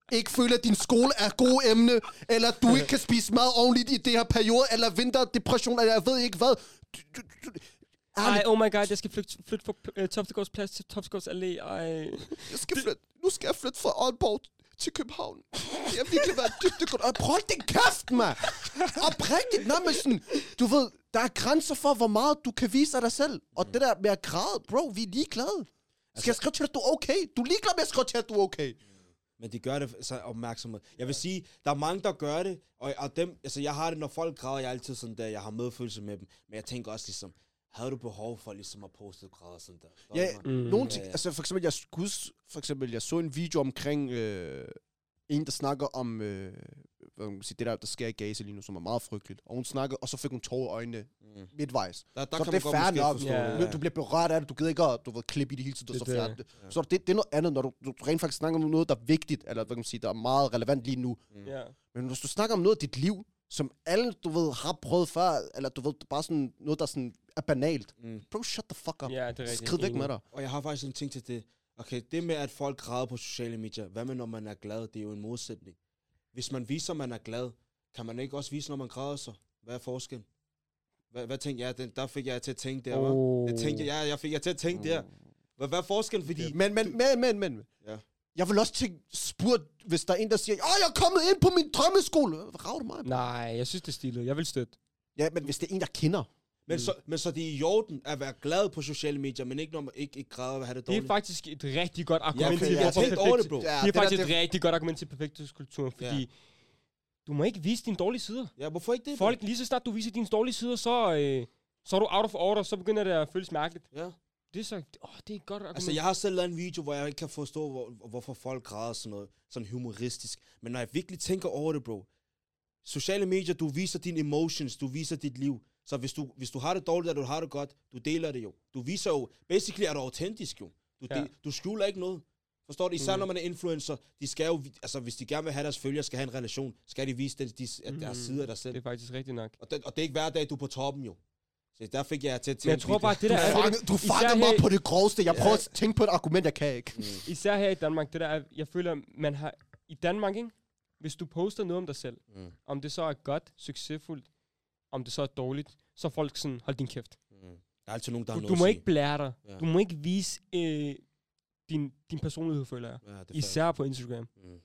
ikke føler, at din skole er gode emne, eller du ikke kan spise mad ordentligt i det her periode, eller vinterdepression, eller jeg ved ikke hvad. Du, du, du, ej, oh my god, jeg skal flytte, flytte fra uh, Topstegårds Plads til Topstegårds Allé. Ej. Jeg skal flytte, nu skal jeg flytte fra Aalborg til København. Det har virkelig været dybt godt. Og prøv din kæft, mand! Oprigtigt, nej, men sådan, du ved, der er grænser for, hvor meget du kan vise af dig selv. Og det der med at græde, bro, vi er ligeglade. Skal jeg skrive til dig, at du er okay? Du er ligeglad med at skrive til dig, at du er okay. Men de gør det så opmærksomhed. Jeg vil sige, der er mange, der gør det, og, og dem, altså jeg har det, når folk græder, jeg er altid sådan der, jeg har medfølelse med dem, men jeg tænker også ligesom, havde du behov for ligesom at poste græder sådan der? Ja, mm. nogle ting, altså for eksempel, jeg skulle, for eksempel, jeg så en video omkring øh, en, der snakker om, øh, hvad man sige, det der, der sker i Gaza lige nu, som er meget frygteligt, og hun snakker, og så fik hun tårer i øjnene mm. midtvejs. Der, der så kan det er fair nok, yeah. du bliver berørt af det, du gider ikke at, du ved, klippe i det hele tiden, og så fjerne det. Ja. Så det, det er noget andet, når du, du rent faktisk snakker om noget, der er vigtigt, eller hvad kan man sige, der er meget relevant lige nu. Mm. Yeah. Men hvis du snakker om noget af dit liv, som alle, du ved, har prøvet før, eller du ved, bare sådan noget, der sådan er banalt. Mm. Bro, shut the fuck up. Ja, det er rigtigt. Skrid væk med dig. Og jeg har faktisk en ting til det. Okay, det med, at folk græder på sociale medier, hvad med, når man er glad? Det er jo en modsætning. Hvis man viser, man er glad, kan man ikke også vise, når man græder så? Hvad er forskellen? Hvad, hvad tænkte jeg? Den, der fik jeg til at tænke der, oh. Det tænkte jeg, jeg fik jeg til at tænke oh. der. Hvad, hvad er forskellen? Fordi... Men, men, men, men, men. Ja. Jeg vil også tænke, spurgt, hvis der er en, der siger, åh, jeg er kommet ind på min drømmeskole. Hvad rager du mig? Nej, jeg synes, det er stilet. Jeg vil støtte. Ja, men hvis det er en, jeg kender. Men, mm. så, men så det er i orden at være glad på sociale medier, men ikke når man ikke, ikke græder at have det dårligt. Det er faktisk et rigtig godt argument. Ja, okay, jeg har tænkt over det, bro. Det er, det er faktisk der, et det... rigtig godt argument til perfekthedskulturen, fordi ja. Du må ikke vise dine dårlige sider. Ja, hvorfor ikke det? Folk, lige så snart du viser dine dårlige sider, så, øh, så er du out of order, så begynder det at føles mærkeligt. Ja. Det er så, åh, det er et godt argument. Altså, jeg har selv lavet en video, hvor jeg ikke kan forstå, hvor, hvorfor folk græder sådan noget, sådan humoristisk. Men når jeg virkelig tænker over det, bro, sociale medier, du viser dine emotions, du viser dit liv. Så hvis du, hvis du har det dårligt, og du har det godt, du deler det jo. Du viser jo, basically er du autentisk jo. Du, ja. de, du skjuler ikke noget. Forstår du? Især mm. når man er influencer, de skal jo, altså hvis de gerne vil have deres følgere, skal have en relation, skal de vise den, de, at deres mm. side af dig selv. Det er faktisk rigtigt nok. Og det, og det er ikke hver dag, du er på toppen jo. Så der fik jeg til at tænke. Men jeg tror bare, det der du er... Fanger, du fanger mig på det groveste. Jeg prøver ja. at tænke på et argument, jeg kan ikke. Mm. Især her i Danmark, det der er, jeg føler, man har... I Danmark, ikke? Hvis du poster noget om dig selv, mm. om det så er godt, succesfuldt, om det så er dårligt, så er folk sådan, hold din kæft. Mm. Der er altid nogen, der har du, noget du må ikke blære dig. Ja. Du må ikke vise øh, din, din personlighed, føler jeg. Ja, især på Instagram. Mm.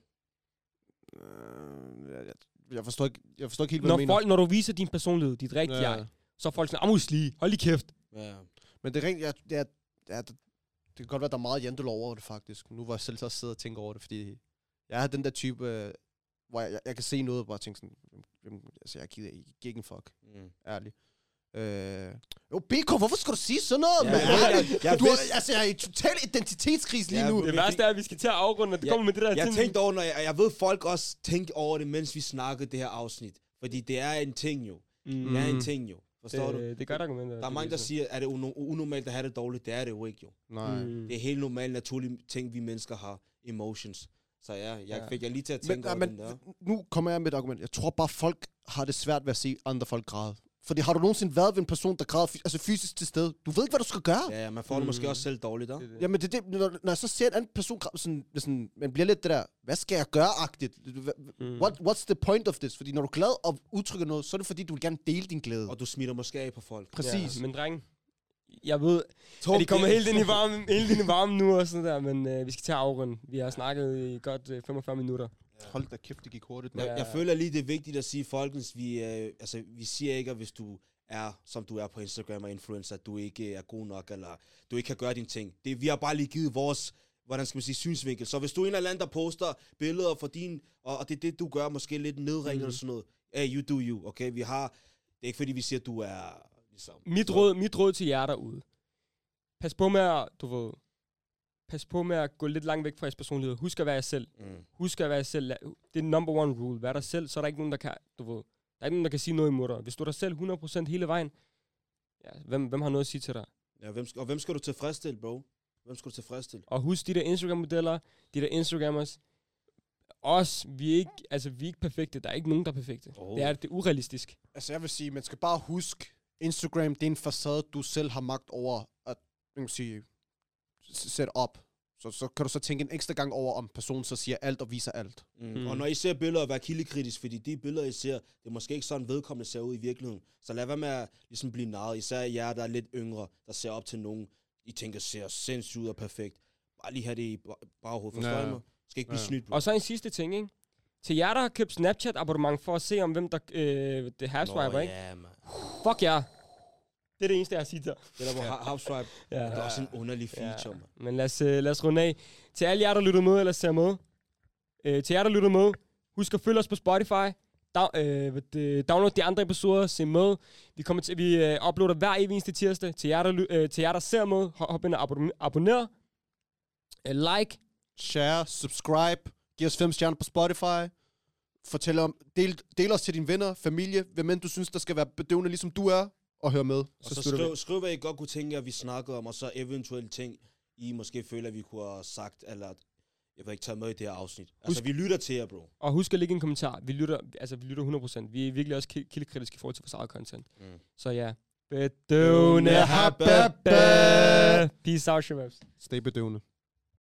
Uh, jeg, jeg, forstår ikke, jeg forstår ikke helt, hvad når du mener. Folk, når du viser din personlighed, dit rigtige ja. jeg, så er folk sådan, amuslige, hold lige kæft. Ja. Men det er rent, jeg, jeg, jeg, det kan godt være, at der er meget jantelov over det, faktisk. Nu var jeg selv så sidde og tænke over det, fordi jeg har den der type, øh, hvor jeg, jeg, jeg kan se noget, og bare tænke sådan, altså jeg giver ikke en fuck, mm. ærligt. Øh, jo, B K, hvorfor skal du sige sådan noget, ja, man? Jeg, jeg, jeg, du, vidste, altså, jeg er i total identitetskrise lige ja, nu. Det værste er, at vi skal til at afrunde, at det ja, kommer med det der. Jeg tænkte over, når jeg, jeg ved, folk også tænker over det, mens vi snakker det her afsnit. Fordi det er en ting jo. Mm. Det er en ting jo. Forstår det, du? Det er godt argument. Der er mange, der siger, at det er unormalt at have det dårligt. Det er det jo ikke jo. Nej. Mm. Det er helt normalt, naturlige ting, vi mennesker har. Emotions. Så ja, jeg ja. fik jeg lige til at tænke men, over men, den der. Nu kommer jeg med et argument. Jeg tror bare, folk har det svært ved at se andre folk græde. Fordi har du nogensinde været ved en person, der græder altså fysisk til stede? Du ved ikke, hvad du skal gøre. Ja, ja man får det mm. måske også selv dårligt, da. Jamen, det, det, når, når jeg så ser en anden person græde, sådan, sådan, man bliver lidt det der, hvad skal jeg gøre-agtigt? Mm. What, what's the point of this? Fordi når du er glad og udtrykker noget, så er det fordi, du vil gerne dele din glæde. Og du smitter måske af på folk. Præcis. Ja, men dreng, jeg ved, Tom, at de kommer helt ind i varmen, helt ind i varmen nu og sådan der, men øh, vi skal til at afrunde. Vi har snakket i godt øh, femogfyrre minutter. Ja. Hold da kæft, det gik hurtigt. Jeg, jeg føler lige, det er vigtigt at sige, folkens, vi, øh, altså, vi siger ikke, at hvis du er, som du er på Instagram og influencer, at du ikke er god nok, eller du ikke kan gøre dine ting. Det, vi har bare lige givet vores, hvordan skal man sige, synsvinkel. Så hvis du er en eller anden, der poster billeder for din, og, og det er det, du gør, måske lidt nedringende mm. og sådan noget, hey, you do you, okay? Vi har, det er ikke fordi, vi siger, at du er ligesom... Mit råd, mit råd til jer derude. Pas på med at, du ved, pas på med at gå lidt langt væk fra jeres personlighed. Husk at være jer selv. Mm. Husk at være jer selv. Det er number one rule. Vær dig selv, så er der ikke nogen, der kan, du ved, der er ikke nogen, der kan sige noget imod dig. Hvis du er dig selv hundrede procent hele vejen, ja, hvem, hvem har noget at sige til dig? Ja, hvem, og hvem skal du tilfredsstille, bro? Hvem skal du tilfredsstille? Og husk de der Instagram-modeller, de der Instagrammers. Os, vi er ikke, altså, vi er ikke perfekte. Der er ikke nogen, der er perfekte. Oh. Det er det er urealistisk. Altså jeg vil sige, man skal bare huske, Instagram, det er en facade, du selv har magt over at, man kan sige, sætte op. Så, så kan du så tænke en ekstra gang over, om personen så siger alt og viser alt. Mm. Mm. Og når I ser billeder, vær kildekritisk, fordi de billeder, I ser, det er måske ikke sådan vedkommende ser ud i virkeligheden. Så lad være med at ligesom blive narret. Især jer, der er lidt yngre, der ser op til nogen, I tænker ser sindssygt ud og perfekt. Bare lige have det i baghovedet, forstår Ja. I mig? Skal ikke blive Ja. snydt, bro. Og så en sidste ting, ikke? Til jer, der har købt Snapchat-abonnement for at se, om hvem der øh, det half-swiper, Nå, ikke? ja, man. Fuck jer. Det er det eneste, jeg har sagt til. Det der, hvor ja. half-swipe, Ja. det er også en underlig feature, Ja. man. Men lad os, øh, lad os runde af. Til alle jer, der lytter med eller ser med. Øh, til jer, der lytter med. Husk at følge os på Spotify. Down, øh, det, download de andre episoder. Se med. Vi, kommer til, vi øh, uploader hver evig eneste tirsdag. Til jer, der, øh, til jer, der ser med. Hop ind og abon- abonner. Øh, like. Share, subscribe, giv os fem stjerner på Spotify. Fortæl om, del, del os til dine venner, familie, hvem end du synes, der skal være bedøvende, ligesom du er, og hør med. Og så, så støtter skriv, skriv, hvad I godt kunne tænke, at vi snakkede om, og så eventuelle ting, I måske føler, at vi kunne have sagt, eller jeg vil ikke tage med i det her afsnit. Altså, Husk- vi lytter til jer, bro. Og husk at lægge en kommentar. Vi lytter, altså, vi lytter hundrede procent. Vi er virkelig også ki- kildekritiske i forhold til vores eget content. Mm. Så ja. Bedøvende hababba. Peace out, shababs. Stay bedøvende.